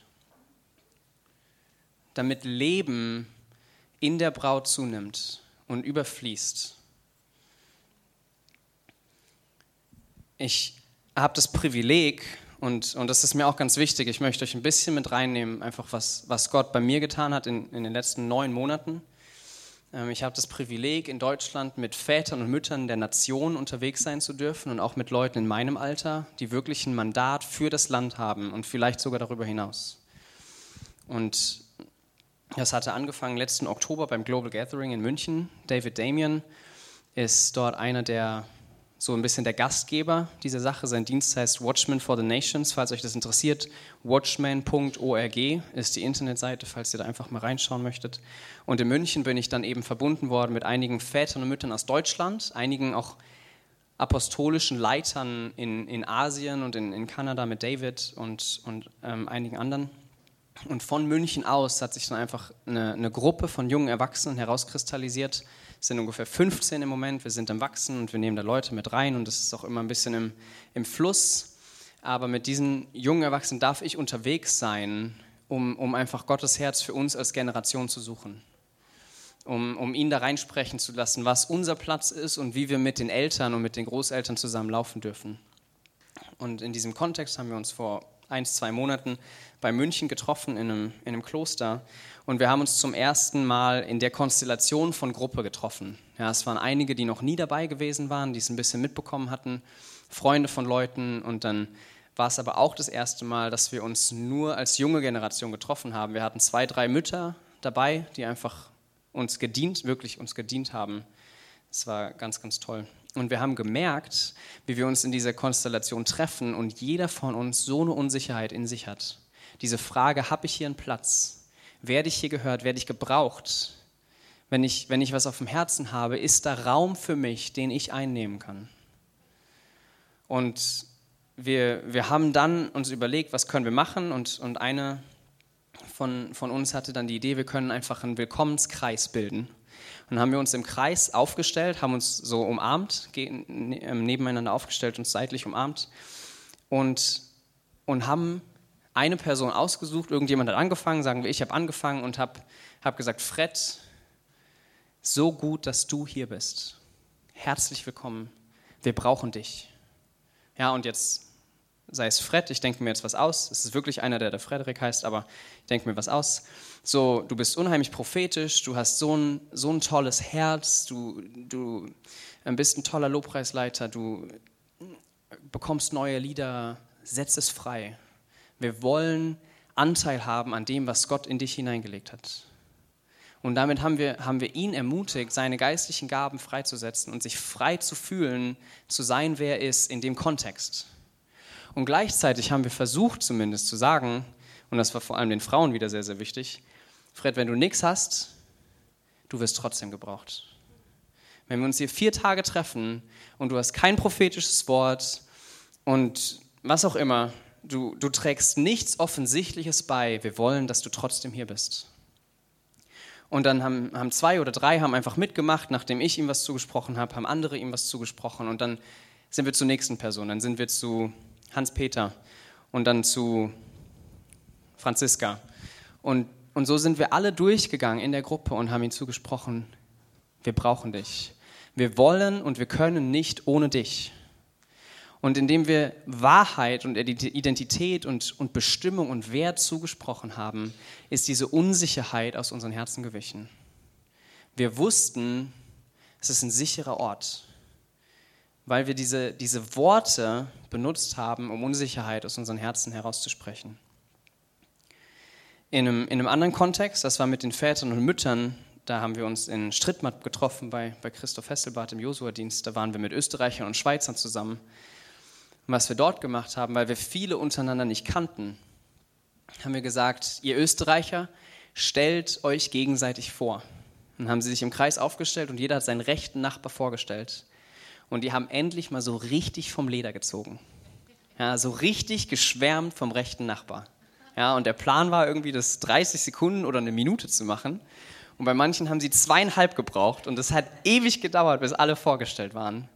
Speaker 2: damit Leben in der Braut zunimmt und überfließt. Ich habe das Privileg, und, und das ist mir auch ganz wichtig, ich möchte euch ein bisschen mit reinnehmen, einfach was, was Gott bei mir getan hat in, in den letzten neun Monaten. Ich habe das Privileg, in Deutschland mit Vätern und Müttern der Nation unterwegs sein zu dürfen und auch mit Leuten in meinem Alter, die wirklich ein Mandat für das Land haben und vielleicht sogar darüber hinaus. Und das hatte angefangen letzten Oktober beim Global Gathering in München. David Damien ist dort einer der, so ein bisschen der Gastgeber dieser Sache. Sein Dienst heißt Watchmen for the Nations, falls euch das interessiert. watchman punkt org ist die Internetseite, falls ihr da einfach mal reinschauen möchtet. Und in München bin ich dann eben verbunden worden mit einigen Vätern und Müttern aus Deutschland, einigen auch apostolischen Leitern in, in Asien und in, in Kanada mit David und, und ähm, einigen anderen. Und von München aus hat sich dann einfach eine, eine Gruppe von jungen Erwachsenen herauskristallisiert. Es sind ungefähr fünfzehn im Moment, wir sind am Wachsen und wir nehmen da Leute mit rein und das ist auch immer ein bisschen im, im Fluss. Aber mit diesen jungen Erwachsenen darf ich unterwegs sein, um, um einfach Gottes Herz für uns als Generation zu suchen. Um, um ihn da reinsprechen zu lassen, was unser Platz ist und wie wir mit den Eltern und mit den Großeltern zusammen laufen dürfen. Und in diesem Kontext haben wir uns vor ein, zwei Monaten bei München getroffen in einem, in einem Kloster und wir haben uns zum ersten Mal in der Konstellation von Gruppe getroffen. Ja, es waren einige, die noch nie dabei gewesen waren, die es ein bisschen mitbekommen hatten, Freunde von Leuten, und dann war es aber auch das erste Mal, dass wir uns nur als junge Generation getroffen haben. Wir hatten zwei, drei Mütter dabei, die einfach uns gedient, wirklich uns gedient haben. Das war ganz, ganz toll. Und wir haben gemerkt, wie wir uns in dieser Konstellation treffen und jeder von uns so eine Unsicherheit in sich hat. Diese Frage, habe ich hier einen Platz? Werde ich hier gehört? Werde ich gebraucht? Wenn ich, wenn ich was auf dem Herzen habe, ist da Raum für mich, den ich einnehmen kann? Und wir, wir haben dann uns überlegt, was können wir machen? Und, und eine von, von uns hatte dann die Idee, wir können einfach einen Willkommenskreis bilden. Und dann haben wir uns im Kreis aufgestellt, haben uns so umarmt, nebeneinander aufgestellt, uns seitlich umarmt und, und haben eine Person ausgesucht. Irgendjemand hat angefangen, sagen wir, ich habe angefangen und habe hab gesagt, Fred, so gut, dass du hier bist. Herzlich willkommen, wir brauchen dich. Ja, und jetzt sei es Fred, ich denke mir jetzt was aus. Es ist wirklich einer, der der Frederik heißt, aber ich denke mir was aus. So, du bist unheimlich prophetisch, du hast so ein, so ein tolles Herz, du, du bist ein toller Lobpreisleiter, du bekommst neue Lieder, setz es frei. Wir wollen Anteil haben an dem, was Gott in dich hineingelegt hat. Und damit haben wir, haben wir ihn ermutigt, seine geistlichen Gaben freizusetzen und sich frei zu fühlen, zu sein, wer er ist in dem Kontext. Und gleichzeitig haben wir versucht zumindest zu sagen, und das war vor allem den Frauen wieder sehr, sehr wichtig, Fred, wenn du nichts hast, du wirst trotzdem gebraucht. Wenn wir uns hier vier Tage treffen und du hast kein prophetisches Wort und was auch immer, du, du trägst nichts Offensichtliches bei, wir wollen, dass du trotzdem hier bist. Und dann haben, haben zwei oder drei haben einfach mitgemacht, nachdem ich ihm was zugesprochen habe, haben andere ihm was zugesprochen und dann sind wir zur nächsten Person, dann sind wir zu Hans-Peter und dann zu Franziska. Und, und so sind wir alle durchgegangen in der Gruppe und haben ihm zugesprochen, wir brauchen dich. Wir wollen und wir können nicht ohne dich. Und indem wir Wahrheit und Identität und, und Bestimmung und Wert zugesprochen haben, ist diese Unsicherheit aus unseren Herzen gewichen. Wir wussten, es ist ein sicherer Ort, weil wir diese, diese Worte benutzt haben, um Unsicherheit aus unseren Herzen herauszusprechen. In einem, in einem anderen Kontext, das war mit den Vätern und Müttern, da haben wir uns in Strittmatt getroffen bei, bei Christoph Hesselbart im Josua-Dienst, da waren wir mit Österreichern und Schweizern zusammen. Und was wir dort gemacht haben, weil wir viele untereinander nicht kannten, haben wir gesagt, ihr Österreicher, stellt euch gegenseitig vor. Dann haben sie sich im Kreis aufgestellt und jeder hat seinen rechten Nachbar vorgestellt. Und die haben endlich mal so richtig vom Leder gezogen. Ja, so richtig geschwärmt vom rechten Nachbar. Ja, und der Plan war irgendwie, das dreißig Sekunden oder eine Minute zu machen. Und bei manchen haben sie zweieinhalb gebraucht und es hat ewig gedauert, bis alle vorgestellt waren.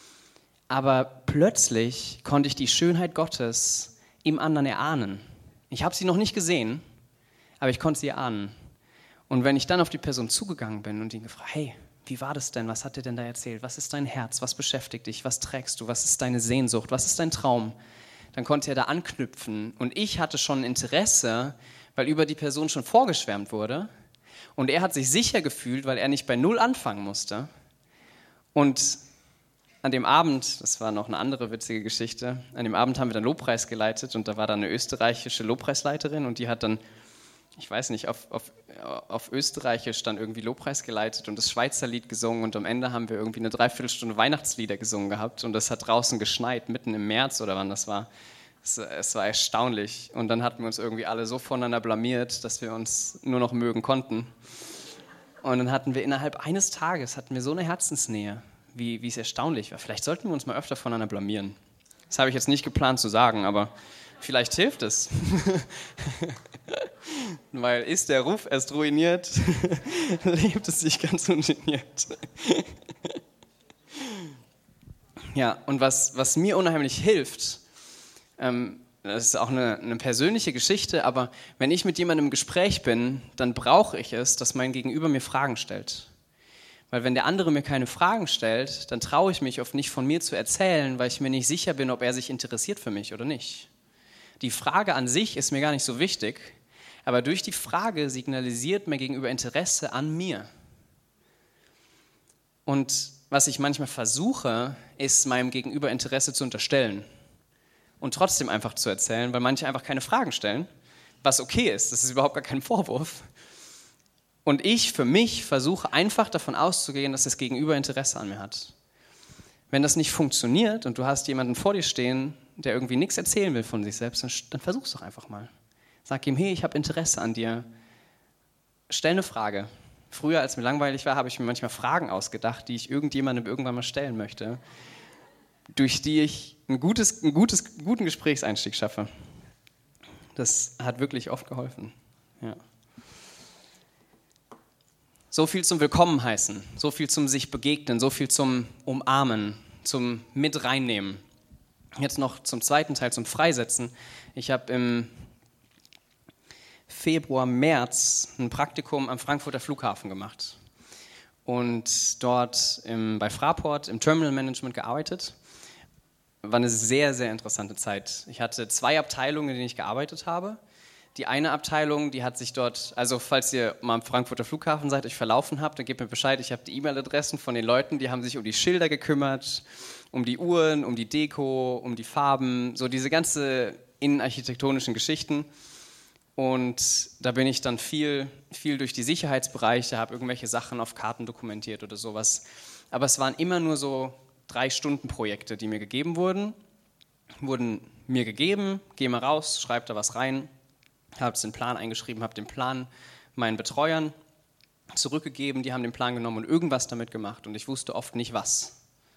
Speaker 2: Aber plötzlich konnte ich die Schönheit Gottes im anderen erahnen. Ich habe sie noch nicht gesehen, aber ich konnte sie erahnen. Und wenn ich dann auf die Person zugegangen bin und ihn gefragt, hey, wie war das denn? Was hat dir denn da erzählt? Was ist dein Herz? Was beschäftigt dich? Was trägst du? Was ist deine Sehnsucht? Was ist dein Traum? Dann konnte er da anknüpfen. Und ich hatte schon Interesse, weil über die Person schon vorgeschwärmt wurde. Und er hat sich sicher gefühlt, weil er nicht bei Null anfangen musste. Und an dem Abend, das war noch eine andere witzige Geschichte, an dem Abend haben wir dann Lobpreis geleitet und da war dann eine österreichische Lobpreisleiterin und die hat dann, ich weiß nicht, auf, auf, auf Österreichisch dann irgendwie Lobpreis geleitet und das Schweizer Lied gesungen und am Ende haben wir irgendwie eine Dreiviertelstunde Weihnachtslieder gesungen gehabt und das hat draußen geschneit, mitten im März oder wann das war. Es, es war erstaunlich und dann hatten wir uns irgendwie alle so voneinander blamiert, dass wir uns nur noch mögen konnten. Und dann hatten wir innerhalb eines Tages hatten wir so eine Herzensnähe, wie, wie es erstaunlich war. Vielleicht sollten wir uns mal öfter voneinander blamieren. Das habe ich jetzt nicht geplant zu sagen, aber vielleicht hilft es. Weil ist der Ruf erst ruiniert, lebt es sich ganz ungeniert. Ja, und was, was mir unheimlich hilft, ähm, das ist auch eine, eine persönliche Geschichte, aber wenn ich mit jemandem im Gespräch bin, dann brauche ich es, dass mein Gegenüber mir Fragen stellt. Weil wenn der andere mir keine Fragen stellt, dann traue ich mich oft nicht von mir zu erzählen, weil ich mir nicht sicher bin, ob er sich interessiert für mich oder nicht. Die Frage an sich ist mir gar nicht so wichtig, aber durch die Frage signalisiert mein Gegenüber Interesse an mir. Und was ich manchmal versuche, ist meinem Gegenüber Interesse zu unterstellen und trotzdem einfach zu erzählen, weil manche einfach keine Fragen stellen, was okay ist, das ist überhaupt gar kein Vorwurf. Und ich für mich versuche einfach davon auszugehen, dass das Gegenüber Interesse an mir hat. Wenn das nicht funktioniert und du hast jemanden vor dir stehen, der irgendwie nichts erzählen will von sich selbst, dann, dann versuch's doch einfach mal. Sag ihm, hey, ich habe Interesse an dir. Stell eine Frage. Früher, als mir langweilig war, habe ich mir manchmal Fragen ausgedacht, die ich irgendjemandem irgendwann mal stellen möchte, durch die ich ein gutes, ein gutes, guten Gesprächseinstieg schaffe. Das hat wirklich oft geholfen. Ja. So viel zum Willkommen heißen, so viel zum sich begegnen, so viel zum Umarmen, zum Mit reinnehmen. Jetzt noch zum zweiten Teil, zum Freisetzen. Ich habe im Februar, März ein Praktikum am Frankfurter Flughafen gemacht und dort im, bei Fraport im Terminal Management gearbeitet. War eine sehr, sehr interessante Zeit. Ich hatte zwei Abteilungen, in denen ich gearbeitet habe. Die eine Abteilung, die hat sich dort, also falls ihr mal am Frankfurter Flughafen seid, euch verlaufen habt, dann gebt mir Bescheid, ich habe die E-Mail-Adressen von den Leuten, die haben sich um die Schilder gekümmert, um die Uhren, um die Deko, um die Farben, so diese ganze innenarchitektonischen Geschichten. Und da bin ich dann viel, viel durch die Sicherheitsbereiche, habe irgendwelche Sachen auf Karten dokumentiert oder sowas. Aber es waren immer nur so Drei-Stunden-Projekte, die mir gegeben wurden. Wurden mir gegeben, gehe mal raus, schreib da was rein, habe den Plan eingeschrieben, habe den Plan meinen Betreuern zurückgegeben, die haben den Plan genommen und irgendwas damit gemacht und ich wusste oft nicht was.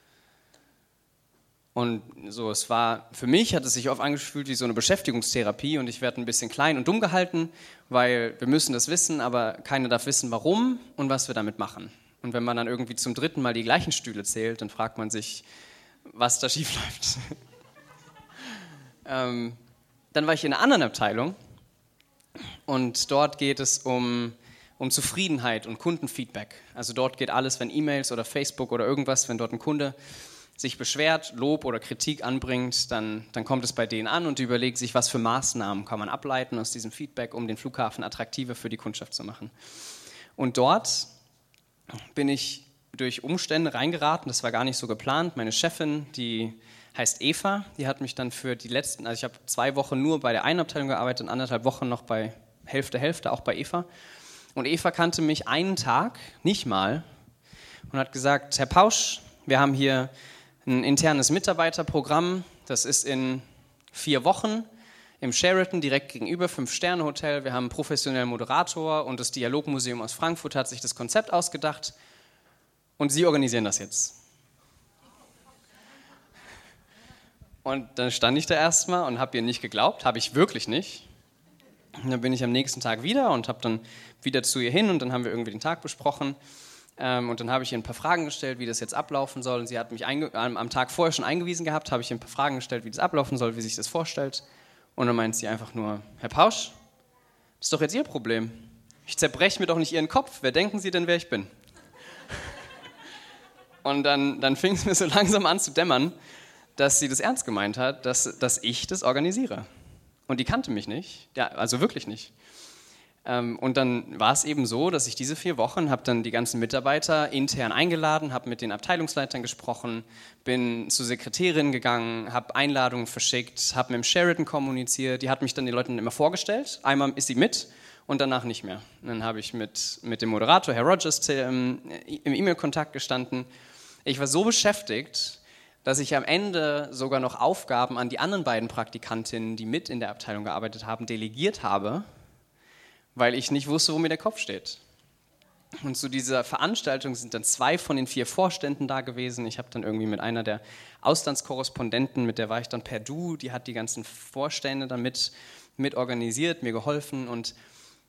Speaker 2: Und so, es war, für mich hat es sich oft angefühlt wie so eine Beschäftigungstherapie und ich werde ein bisschen klein und dumm gehalten, weil wir müssen das wissen, aber keiner darf wissen, warum und was wir damit machen. Und wenn man dann irgendwie zum dritten Mal die gleichen Stühle zählt, dann fragt man sich, was da schief läuft. ähm, dann war ich in einer anderen Abteilung und dort geht es um, um Zufriedenheit und Kundenfeedback. Also dort geht alles, wenn E-Mails oder Facebook oder irgendwas, wenn dort ein Kunde sich beschwert, Lob oder Kritik anbringt, dann, dann kommt es bei denen an und die überlegen sich, was für Maßnahmen kann man ableiten aus diesem Feedback, um den Flughafen attraktiver für die Kundschaft zu machen. Und dort bin ich durch Umstände reingeraten, das war gar nicht so geplant. Meine Chefin, die heißt Eva, die hat mich dann für die letzten, also ich habe zwei Wochen nur bei der einen Abteilung gearbeitet und anderthalb Wochen noch bei Hälfte, Hälfte, auch bei Eva. Und Eva kannte mich einen Tag, nicht mal, und hat gesagt, Herr Pausch, wir haben hier ein internes Mitarbeiterprogramm, das ist in vier Wochen im Sheraton, direkt gegenüber, Fünf-Sterne-Hotel. Wir haben einen professionellen Moderator und das Dialogmuseum aus Frankfurt hat sich das Konzept ausgedacht und Sie organisieren das jetzt. Und dann stand ich da erstmal und habe ihr nicht geglaubt, habe ich wirklich nicht. Und dann bin ich am nächsten Tag wieder und habe dann wieder zu ihr hin und dann haben wir irgendwie den Tag besprochen. Ähm, und dann habe ich ihr ein paar Fragen gestellt, wie das jetzt ablaufen soll. Und sie hat mich einge- am, am Tag vorher schon eingewiesen gehabt, habe ich ihr ein paar Fragen gestellt, wie das ablaufen soll, wie sich das vorstellt. Und dann meint sie einfach nur, Herr Pausch, das ist doch jetzt Ihr Problem. Ich zerbreche mir doch nicht Ihren Kopf. Wer denken Sie denn, wer ich bin? Und dann, dann fing es mir so langsam an zu dämmern, dass sie das ernst gemeint hat, dass, dass ich das organisiere. Und die kannte mich nicht, ja, also wirklich nicht. Und dann war es eben so, dass ich diese vier Wochen habe dann die ganzen Mitarbeiter intern eingeladen, habe mit den Abteilungsleitern gesprochen, bin zur Sekretärin gegangen, habe Einladungen verschickt, habe mit dem Sheraton kommuniziert, die hat mich dann den Leuten immer vorgestellt, einmal ist sie mit und danach nicht mehr. Und dann habe ich mit, mit dem Moderator, Herr Rogers, im E-Mail-Kontakt gestanden. Ich war so beschäftigt, dass ich am Ende sogar noch Aufgaben an die anderen beiden Praktikantinnen, die mit in der Abteilung gearbeitet haben, delegiert habe, weil ich nicht wusste, wo mir der Kopf steht. Und zu dieser Veranstaltung sind dann zwei von den vier Vorständen da gewesen. Ich habe dann irgendwie mit einer der Auslandskorrespondenten, mit der war ich dann per Du, die hat die ganzen Vorstände dann mit, mit organisiert, mir geholfen. Und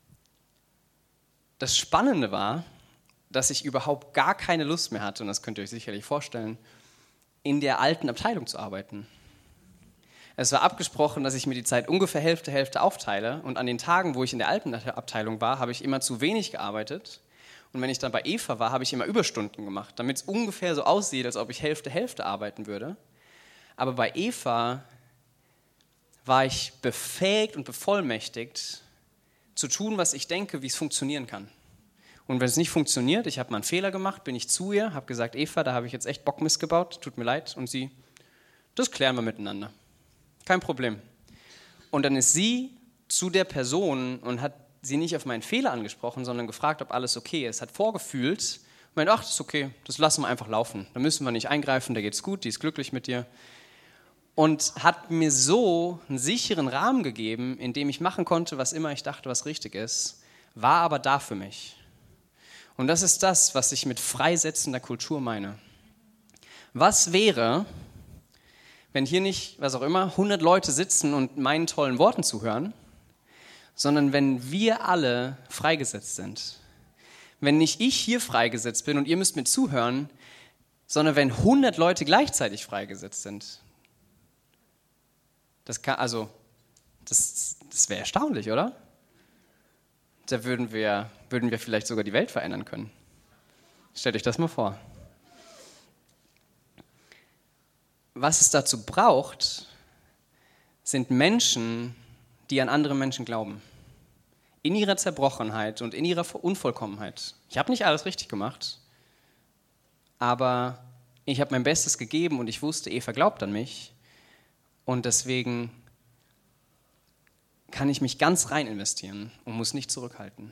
Speaker 2: das Spannende war, dass ich überhaupt gar keine Lust mehr hatte, und das könnt ihr euch sicherlich vorstellen, in der alten Abteilung zu arbeiten. Es war abgesprochen, dass ich mir die Zeit ungefähr Hälfte, Hälfte aufteile und an den Tagen, wo ich in der alten Abteilung war, habe ich immer zu wenig gearbeitet und wenn ich dann bei Eva war, habe ich immer Überstunden gemacht, damit es ungefähr so aussieht, als ob ich Hälfte, Hälfte arbeiten würde. Aber bei Eva war ich befähigt und bevollmächtigt, zu tun, was ich denke, wie es funktionieren kann. Und wenn es nicht funktioniert, ich habe mal einen Fehler gemacht, bin ich zu ihr, habe gesagt, Eva, da habe ich jetzt echt Bockmist gebaut, tut mir leid. Und sie, das klären wir miteinander. Kein Problem. Und dann ist sie zu der Person und hat sie nicht auf meinen Fehler angesprochen, sondern gefragt, ob alles okay ist. Hat vorgefühlt und meint, ach, das ist okay, das lassen wir einfach laufen. Da müssen wir nicht eingreifen, da geht's gut, die ist glücklich mit dir. Und hat mir so einen sicheren Rahmen gegeben, in dem ich machen konnte, was immer ich dachte, was richtig ist, war aber da für mich. Und das ist das, was ich mit freisetzender Kultur meine. Was wäre, wenn hier nicht, was auch immer, hundert Leute sitzen und meinen tollen Worten zuhören, sondern wenn wir alle freigesetzt sind. Wenn nicht ich hier freigesetzt bin und ihr müsst mir zuhören, sondern wenn hundert Leute gleichzeitig freigesetzt sind. Das kann, also, das, das wäre erstaunlich, oder? Da würden wir, würden wir vielleicht sogar die Welt verändern können. Stellt euch das mal vor. Was es dazu braucht, sind Menschen, die an andere Menschen glauben. In ihrer Zerbrochenheit und in ihrer Unvollkommenheit. Ich habe nicht alles richtig gemacht, aber ich habe mein Bestes gegeben und ich wusste, Eva glaubt an mich. Und deswegen kann ich mich ganz rein investieren und muss nicht zurückhalten.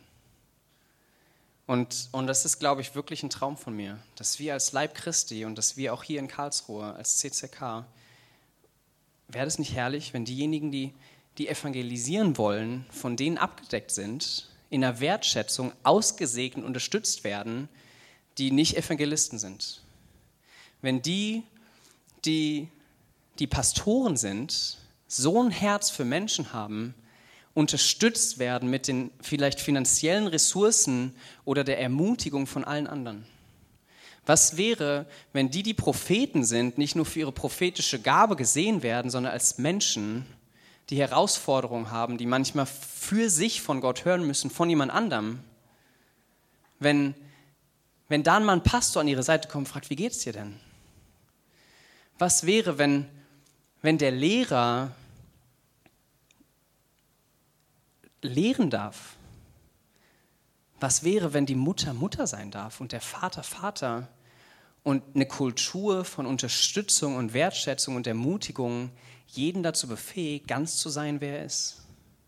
Speaker 2: Und, und das ist, glaube ich, wirklich ein Traum von mir, dass wir als Leib Christi und dass wir auch hier in Karlsruhe als C C K, wäre das nicht herrlich, wenn diejenigen, die, die evangelisieren wollen, von denen abgedeckt sind, in der Wertschätzung ausgesegnet und unterstützt werden, die nicht Evangelisten sind. Wenn die, die, die Pastoren sind, so ein Herz für Menschen haben, unterstützt werden mit den vielleicht finanziellen Ressourcen oder der Ermutigung von allen anderen. Was wäre, wenn die, die Propheten sind, nicht nur für ihre prophetische Gabe gesehen werden, sondern als Menschen, die Herausforderungen haben, die manchmal für sich von Gott hören müssen, von jemand anderem? Wenn, wenn dann mal ein Pastor an ihre Seite kommt und fragt, wie geht's dir denn? Was wäre, wenn, wenn der Lehrer lehren darf? Was wäre, wenn die Mutter Mutter sein darf und der Vater Vater und eine Kultur von Unterstützung und Wertschätzung und Ermutigung jeden dazu befähigt, ganz zu sein, wer er ist?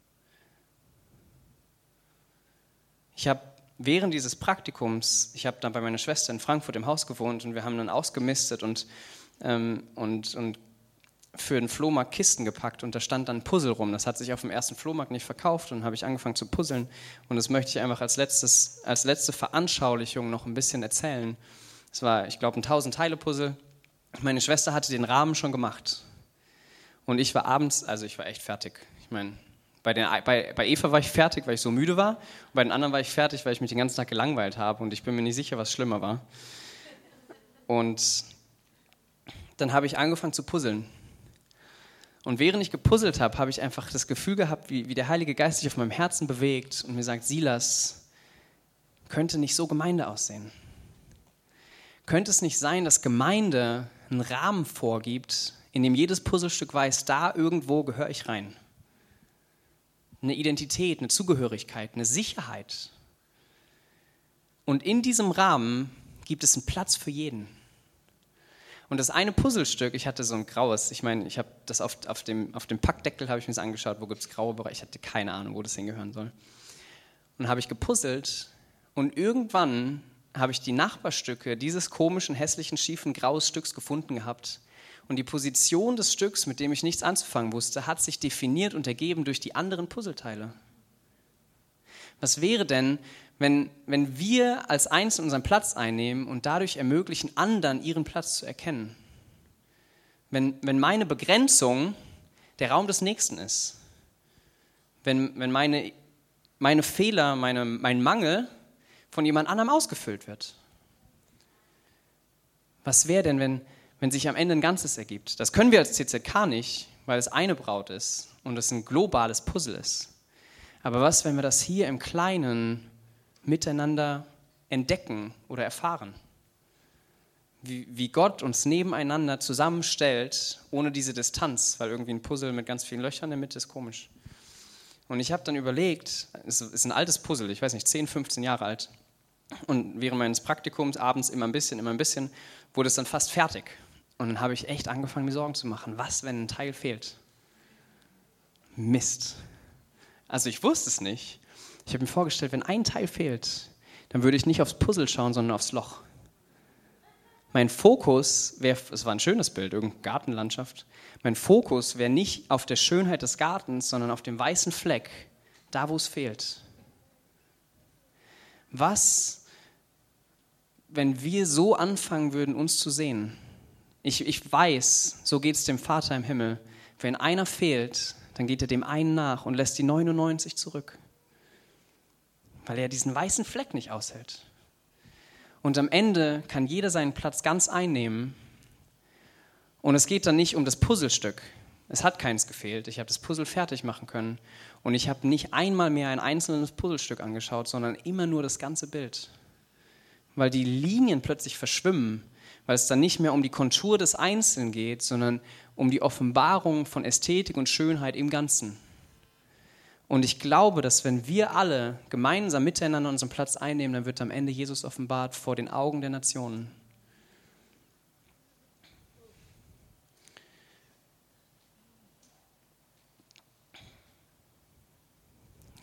Speaker 2: Ich habe während dieses Praktikums, ich habe dann bei meiner Schwester in Frankfurt im Haus gewohnt und wir haben dann ausgemistet und, ähm, und, und für den Flohmarkt Kisten gepackt und da stand dann ein Puzzle rum. Das hat sich auf dem ersten Flohmarkt nicht verkauft und dann habe ich angefangen zu puzzeln und das möchte ich einfach als, letztes, als letzte Veranschaulichung noch ein bisschen erzählen. Es war, ich glaube, ein tausend-Teile-Puzzle. Meine Schwester hatte den Rahmen schon gemacht und ich war abends, also ich war echt fertig. Ich meine, bei, den, bei, bei Eva war ich fertig, weil ich so müde war und bei den anderen war ich fertig, weil ich mich den ganzen Tag gelangweilt habe und ich bin mir nicht sicher, was schlimmer war. Und dann habe ich angefangen zu puzzeln. Und während ich gepuzzelt habe, habe ich einfach das Gefühl gehabt, wie, wie der Heilige Geist sich auf meinem Herzen bewegt und mir sagt, Silas, könnte nicht so Gemeinde aussehen? Könnte es nicht sein, dass Gemeinde einen Rahmen vorgibt, in dem jedes Puzzlestück weiß, da irgendwo gehöre ich rein? Eine Identität, eine Zugehörigkeit, eine Sicherheit. Und in diesem Rahmen gibt es einen Platz für jeden. Und das eine Puzzlestück, ich hatte so ein graues, ich meine, ich habe das auf, auf, dem, auf dem Packdeckel habe ich mir das angeschaut, wo gibt es graue Bereiche, ich hatte keine Ahnung, wo das hingehören soll. Und dann habe ich gepuzzelt und irgendwann habe ich die Nachbarstücke dieses komischen, hässlichen, schiefen, graues Stücks gefunden gehabt. Und die Position des Stücks, mit dem ich nichts anzufangen wusste, hat sich definiert und ergeben durch die anderen Puzzleteile. Was wäre denn, wenn, wenn wir als Einzelne unseren Platz einnehmen und dadurch ermöglichen, anderen ihren Platz zu erkennen? Wenn, wenn meine Begrenzung der Raum des Nächsten ist, wenn, wenn meine, meine Fehler, meine, mein Mangel von jemand anderem ausgefüllt wird. Was wäre denn, wenn, wenn sich am Ende ein Ganzes ergibt? Das können wir als C Z K nicht, weil es eine Braut ist und es ein globales Puzzle ist. Aber was, wenn wir das hier im Kleinen miteinander entdecken oder erfahren? Wie, wie Gott uns nebeneinander zusammenstellt, ohne diese Distanz, weil irgendwie ein Puzzle mit ganz vielen Löchern in der Mitte ist komisch. Und ich habe dann überlegt, es ist ein altes Puzzle, ich weiß nicht, zehn, fünfzehn Jahre alt. Und während meines Praktikums abends immer ein bisschen, immer ein bisschen, wurde es dann fast fertig. Und dann habe ich echt angefangen, mir Sorgen zu machen. Was, wenn ein Teil fehlt? Mist. Also ich wusste es nicht. Ich habe mir vorgestellt, wenn ein Teil fehlt, dann würde ich nicht aufs Puzzle schauen, sondern aufs Loch. Mein Fokus wäre, es war ein schönes Bild, irgendeine Gartenlandschaft, mein Fokus wäre nicht auf der Schönheit des Gartens, sondern auf dem weißen Fleck, da wo es fehlt. Was, wenn wir so anfangen würden, uns zu sehen? Ich, ich weiß, so geht es dem Vater im Himmel. Wenn einer fehlt, dann geht er dem einen nach und lässt die neunundneunzig zurück, weil er diesen weißen Fleck nicht aushält. Und am Ende kann jeder seinen Platz ganz einnehmen. Und es geht dann nicht um das Puzzlestück. Es hat keins gefehlt. Ich habe das Puzzle fertig machen können. Und ich habe nicht einmal mehr ein einzelnes Puzzlestück angeschaut, sondern immer nur das ganze Bild. Weil die Linien plötzlich verschwimmen, weil es dann nicht mehr um die Kontur des Einzelnen geht, sondern um die Offenbarung von Ästhetik und Schönheit im Ganzen. Und ich glaube, dass wenn wir alle gemeinsam miteinander unseren Platz einnehmen, dann wird am Ende Jesus offenbart vor den Augen der Nationen.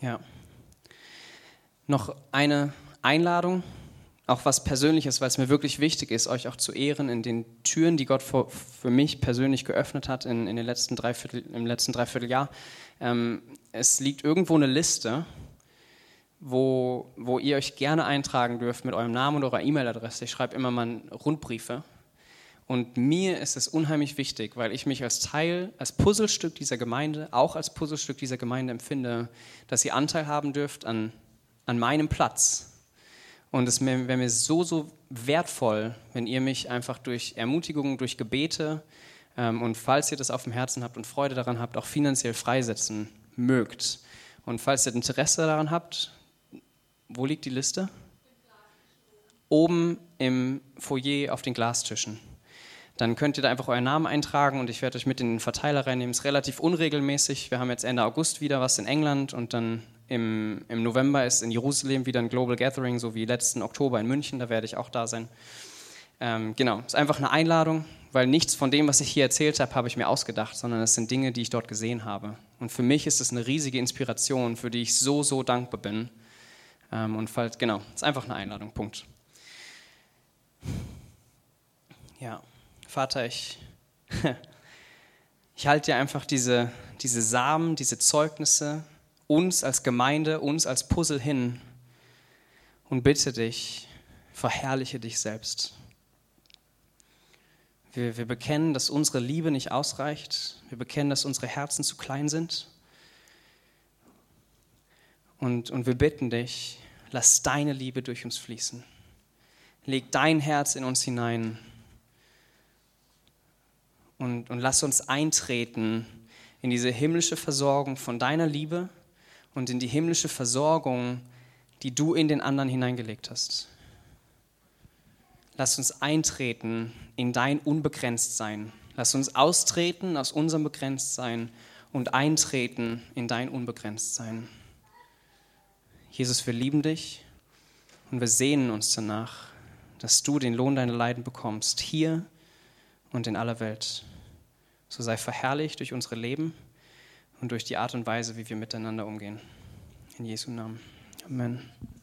Speaker 2: Ja. Noch eine Einladung, auch was Persönliches, weil es mir wirklich wichtig ist, euch auch zu ehren in den Türen, die Gott für, für mich persönlich geöffnet hat in, in den letzten Dreiviertel, im letzten Dreivierteljahr. Ähm, es liegt irgendwo eine Liste, wo, wo ihr euch gerne eintragen dürft mit eurem Namen und eurer E-Mail-Adresse. Ich schreibe immer mal Rundbriefe. Und mir ist es unheimlich wichtig, weil ich mich als Teil, als Puzzlestück dieser Gemeinde, auch als Puzzlestück dieser Gemeinde empfinde, dass ihr Anteil haben dürft an, an meinem Platz. Und es wäre mir so, so wertvoll, wenn ihr mich einfach durch Ermutigungen, durch Gebete ähm, und falls ihr das auf dem Herzen habt und Freude daran habt, auch finanziell freisetzen mögt. Und falls ihr Interesse daran habt, wo liegt die Liste? Oben im Foyer auf den Glastischen. Dann könnt ihr da einfach euren Namen eintragen und ich werde euch mit in den Verteiler reinnehmen. Es ist relativ unregelmäßig. Wir haben jetzt Ende August wieder was in England und dann im, im November ist in Jerusalem wieder ein Global Gathering, so wie letzten Oktober in München. Da werde ich auch da sein. Ähm, genau, es ist einfach eine Einladung, weil nichts von dem, was ich hier erzählt habe, habe ich mir ausgedacht, sondern es sind Dinge, die ich dort gesehen habe. Und für mich ist es eine riesige Inspiration, für die ich so, so dankbar bin. Ähm, und falls, genau, es ist einfach eine Einladung, Punkt. Ja. Vater, ich, ich halte dir einfach diese, diese Samen, diese Zeugnisse, uns als Gemeinde, uns als Puzzle hin und bitte dich, verherrliche dich selbst. Wir, wir bekennen, dass unsere Liebe nicht ausreicht. Wir bekennen, dass unsere Herzen zu klein sind. Und, und wir bitten dich, lass deine Liebe durch uns fließen. Leg dein Herz in uns hinein. Und, und lass uns eintreten in diese himmlische Versorgung von deiner Liebe und in die himmlische Versorgung, die du in den anderen hineingelegt hast. Lass uns eintreten in dein Unbegrenztsein. Lass uns austreten aus unserem Begrenztsein und eintreten in dein Unbegrenztsein. Jesus, wir lieben dich und wir sehnen uns danach, dass du den Lohn deiner Leiden bekommst, hier und in aller Welt. So sei verherrlicht durch unsere Leben und durch die Art und Weise, wie wir miteinander umgehen. In Jesu Namen. Amen.